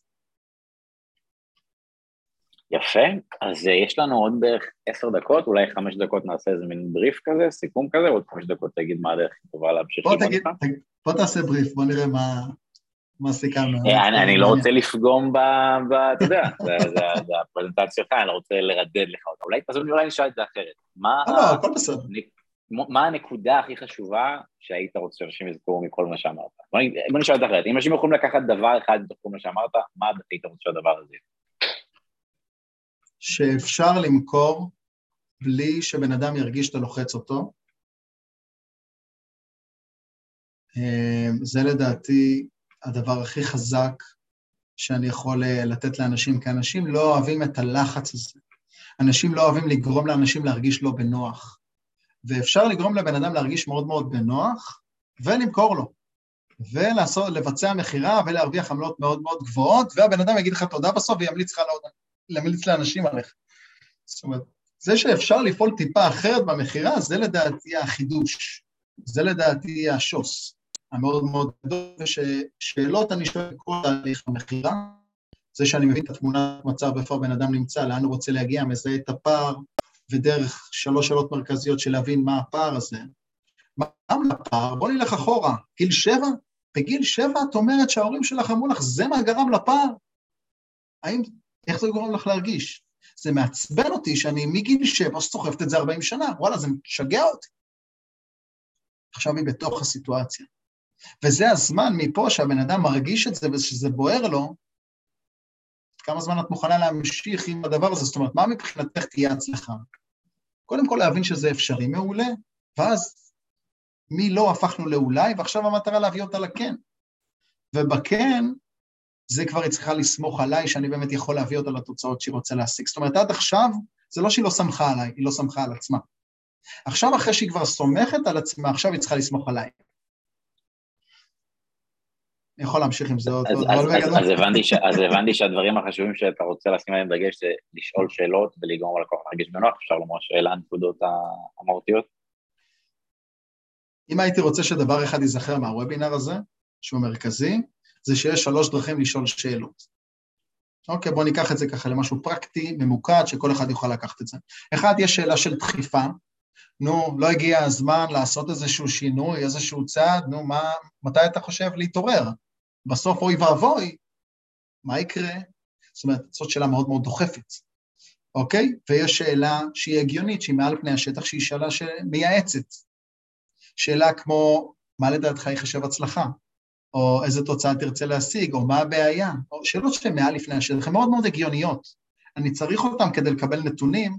A: יפה, אז יש לנו עוד בערך 10 דקות, אולי 5 דקות נעשה איזה מין בריף כזה, סיכום כזה, עוד 5 דקות תגיד מה הדרך טובה להמשיך ללמוד אותך.
B: בוא תעשה בריף, בוא נראה מה סיכמנו.
A: אני לא רוצה לפגום אתה יודע, זה הפרזנטציה שלך, אני לא רוצה לרדד לך אותה, אולי נשאל את זה אחרת.
B: לא, הכל בסדר.
A: מה הנקודה הכי חשובה שהיית רוצה שאנשים יזכרו מכל מה שאמרת? בוא נשאל את אחרת, אם אנשים יכולים לקחת דבר אחד בתחום מה שאמרת, מה היית רוצה שהדבר הזה?
B: שאפשר למכור בלי שבן אדם ירגיש שאתה לוחץ אותו. זה לדעתי הדבר הכי חזק שאני יכול לתת לאנשים, כי אנשים לא אוהבים את הלחץ הזה. אנשים לא אוהבים לגרום לאנשים להרגיש לא בנוח. ואפשר לגרום לבן אדם להרגיש מאוד מאוד בנוח, ולמכור לו. ולבצע מחירה ולהרוויח עמלות מאוד מאוד גבוהות, והבן אדם יגיד לך תודה בסוף וימליץ לאנשים עליך. זאת אומרת, זה שאפשר לפעול טיפה אחרת במחירה, זה לדעתי החידוש. זה לדעתי השוס. המאוד מאוד גדול, ושאלות אני שואל כל תהליך המחירה, זה שאני מבין את התמונת מצב איפה הבן אדם נמצא, לאן הוא רוצה להגיע, מזהה את הפער, ודרך 3 שאלות מרכזיות של להבין מה הפער הזה. מה הפער? בוא נלך אחורה, גיל 7? בגיל 7 את אומרת שההורים שלך אמרו לך, זה מה גרם לפער? איך זה גורם לך להרגיש? זה מעצבן אותי שאני מגיל 7 סוחפת את זה 40 שנה, וואלה, זה משגע אותי. עכשיו היא בתוך הסיטואציה. וזה הזמן מפה שהבן אדם מרגיש את זה ושזה בוער לו, כמה זמן את מוכנה להמשיך עם הדבר הזה, זאת אומרת, מה מבחינתך תהיה הצלחה? קודם כל להבין שזה אפשרי מעולה, ואז מי לא הפכנו לאולי, ועכשיו המטרה להביא אותה לכן. ובכן, זה כבר היא צריכה לסמוך עליי, שאני באמת יכול להביא אותה לתוצאות שהיא רוצה להשיג. זאת אומרת, עד עכשיו, זה לא שהיא לא סמכה עליי, היא לא סמכה על עצמה. עכשיו, אחרי שהיא כבר סומכת על עצמה, עכשיו היא צריכה לסמוך עליי. אני יכול להמשיך עם זה עוד.
A: אז הבנתי שהדברים החשובים שאתה רוצה לשים עליהם דגש, זה לשאול שאלות ולגרום על הלקוח להרגיש בנוח, אפשר לומר שאלה הנקודות המהותיות.
B: אם הייתי רוצה שדבר אחד ייזכר מהוובינר הזה, שהוא מרכזי, זה שיש 3 דרכים לשאול שאלות. אוקיי, בואו ניקח את זה ככה למשהו פרקטי, ממוקד, שכל אחד יוכל לקחת את זה. אחד, יש שאלה של דחיפה, נו, לא הגיע הזמן לעשות איזשהו שינוי, איזשהו צעד, נו, מתי אתה חושב להתעורר? בסוף אוי ואבוי, מה יקרה? זאת אומרת, זאת שאלה מאוד מאוד דוחפת, אוקיי? ויש שאלה שהיא הגיונית, שהיא מעל פני השטח, שהיא שאלה שמייעצת. שאלה כמו, מה לדעתך יחשב הצלחה? או איזה תוצאה תרצה להשיג, או מה הבעיה? או שאלות שהן מעל לפני השטח, הן מאוד מאוד הגיוניות. אני צריך אותן כדי לקבל נתונים,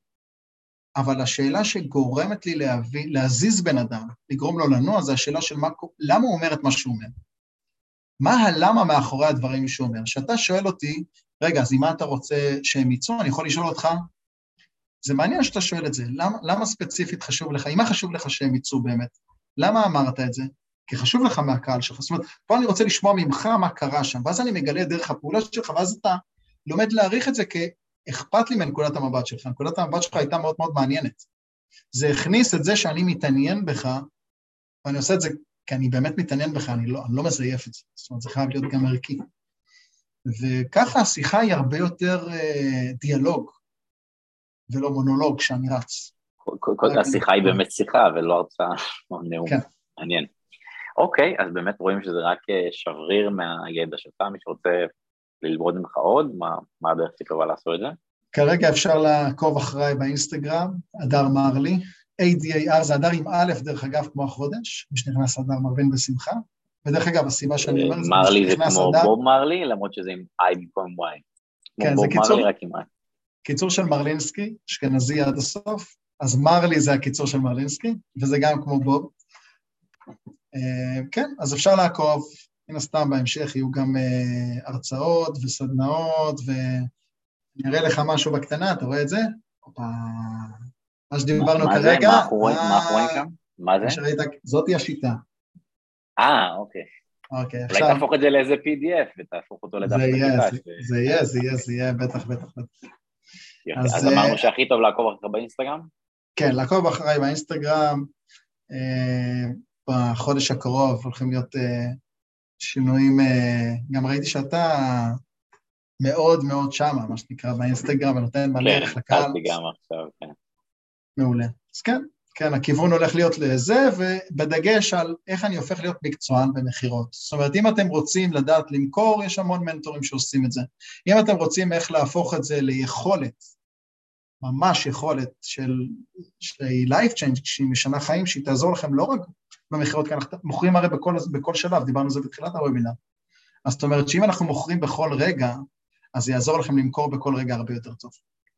B: אבל השאלה שגורמת לי להזיז בן אדם, לגרום לו לנוע, זה השאלה של למה הוא אומר את מה שהוא אומר. מה הלמה מאחורי הדברים שהוא אומר? שאתה שואל אותי, רגע, אז אם מה אתה רוצה שהם יצאו, אני יכול לשאול אותך, זה מעניין שאתה שואל את זה, למה ספציפית חשוב לך, אם מה חשוב לך שהם יצאו באמת, למה אמרת את זה? כי חשוב לך מהקהל שלך, זאת אומרת, פה אני רוצה לשמוע ממך מה קרה שם, ואז אני מגלה דרך הפעולות שלך, ואז אתה לומד להעריך את זה כאכפת לי מנקודת המבט שלך, נקודת המבט שלך הייתה מאוד מאוד מעניינת. זה הכניס את זה שאני מתעניין בך, ואני עושה את זה כי אני באמת מתעניין בך, אני לא מזייף את זה, זאת אומרת, זה חייב להיות גם ערכי. וככה השיחה היא הרבה יותר דיאלוג, ולא מונולוג שאני רץ.
A: השיחה היא באמת שיחה, ולא הרצאה או נאום.
B: כן.
A: מעניין. אוקיי, אז באמת רואים שזה רק שבריר מהידע שלך, מי שרוצה ללמוד ממך עוד, מה הדרך שקרבה לעשות את זה?
B: כרגע אפשר לעקוב אחריי באינסטגרם, אדר מרלי, ADAR, זה אדר עם א' דרך אגב כמו החודש, מי שנכנס אדר מרבין בשמחה, ודרך אגב הסיבה שאני אומר את זה,
A: מרלי זה כמו בוב מרלי, למרות שזה עם I במקום Y.
B: כן, זה קיצור,
A: רק עם Y.
B: קיצור של מרלינסקי, אשכנזי עד הסוף, אז מרלי זה הקיצור של מרלינסקי, וזה גם כמו בוב. כן, אז אפשר לעקוב, מן הסתם בהמשך יהיו גם הרצאות וסדנאות, ואני אראה לך משהו בקטנה, אתה רואה את זה? מה שדיברנו כרגע.
A: מה אנחנו רואים שם? מה זה?
B: זאתי השיטה.
A: אוקיי.
B: אוקיי,
A: עכשיו... אולי תהפוך את זה לאיזה PDF, ותהפוך אותו לדף חקיקה.
B: זה יהיה, בטח.
A: אז אמרנו שהכי טוב לעקוב אחריך באינסטגרם?
B: כן, לעקוב אחריי באינסטגרם, בחודש הקרוב הולכים להיות שינויים, גם ראיתי שאתה מאוד מאוד שמה, מה שנקרא באינסטגרם, ונותן מלא ערך לקהל.
A: כן, גם עכשיו, כן.
B: מעולה. אז כן, הכיוון הולך להיות לזה, ובדגש על איך אני הופך להיות מקצוען במחירות. זאת אומרת, אם אתם רוצים לדעת למכור, יש המון מנטורים שעושים את זה. אם אתם רוצים איך להפוך את זה ליכולת, ממש יכולת שהיא life change, שהיא משנה חיים, שהיא תעזור לכם לא רק במחירות, כי אנחנו מוכרים הרי בכל שלב, דיברנו על זה בתחילת הוובינר. אז זאת אומרת שאם אנחנו מוכרים בכל רגע, אז זה יעזור לכם למכור בכל רגע הרבה יותר טוב.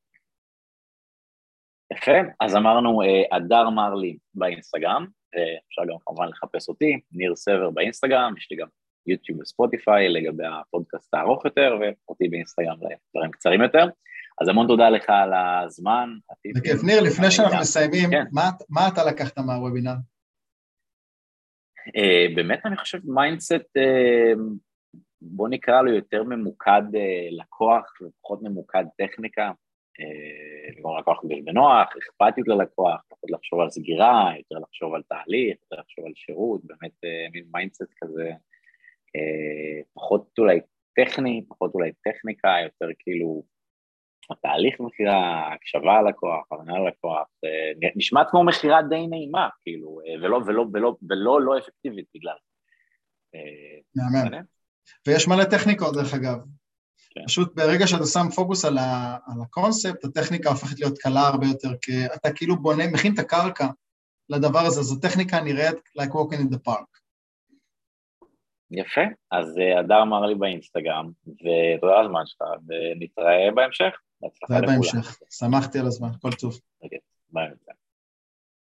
A: יפה, אז אמרנו אדר מרלי באינסטגרם, אפשר גם כמובן לחפש אותי, ניר סבר באינסטגרם, יש לי גם יוטיוב וספוטיפיי לגבי הפודקאסט הארוך יותר, ואותי באינסטגרם לדברים קצרים יותר. אז המון תודה לך על הזמן.
B: בכיף, ניר, לפני שאנחנו מסיימים, מה אתה לקחת מהוובינר?
A: באמת אני חושב מיינדסט, בוא נקרא לו יותר ממוקד לקוח, ופחות ממוקד טכניקה, לגרום לקוח בנוח, אכפתיות ללקוח, פחות לחשוב על סגירה, יותר לחשוב על תהליך, יותר לחשוב על שירות, באמת מין מיינדסט כזה, פחות אולי טכני, פחות אולי טכניקה, יותר כאילו התהליך מחירה, הקשבה ללקוח, הבנה ללקוח, נשמע כמו מחירה די נעימה, כאילו, ולא לא אפקטיבית בגלל.
B: נאמן. ויש מלא טכניקות דרך אגב. פשוט ברגע שאתה שם פוקוס על הקונספט, הטכניקה הופכת להיות קלה הרבה יותר, כי אתה כאילו מכין את הקרקע לדבר הזה, אז הטכניקה נראית like walking in the park.
A: יפה, אז אדר אמר לי באינסטגרם, ותודה על הזמן שלך, ונתראה בהמשך.
B: בהמשך, שמחתי על הזמן, כל טוב.
A: ביי.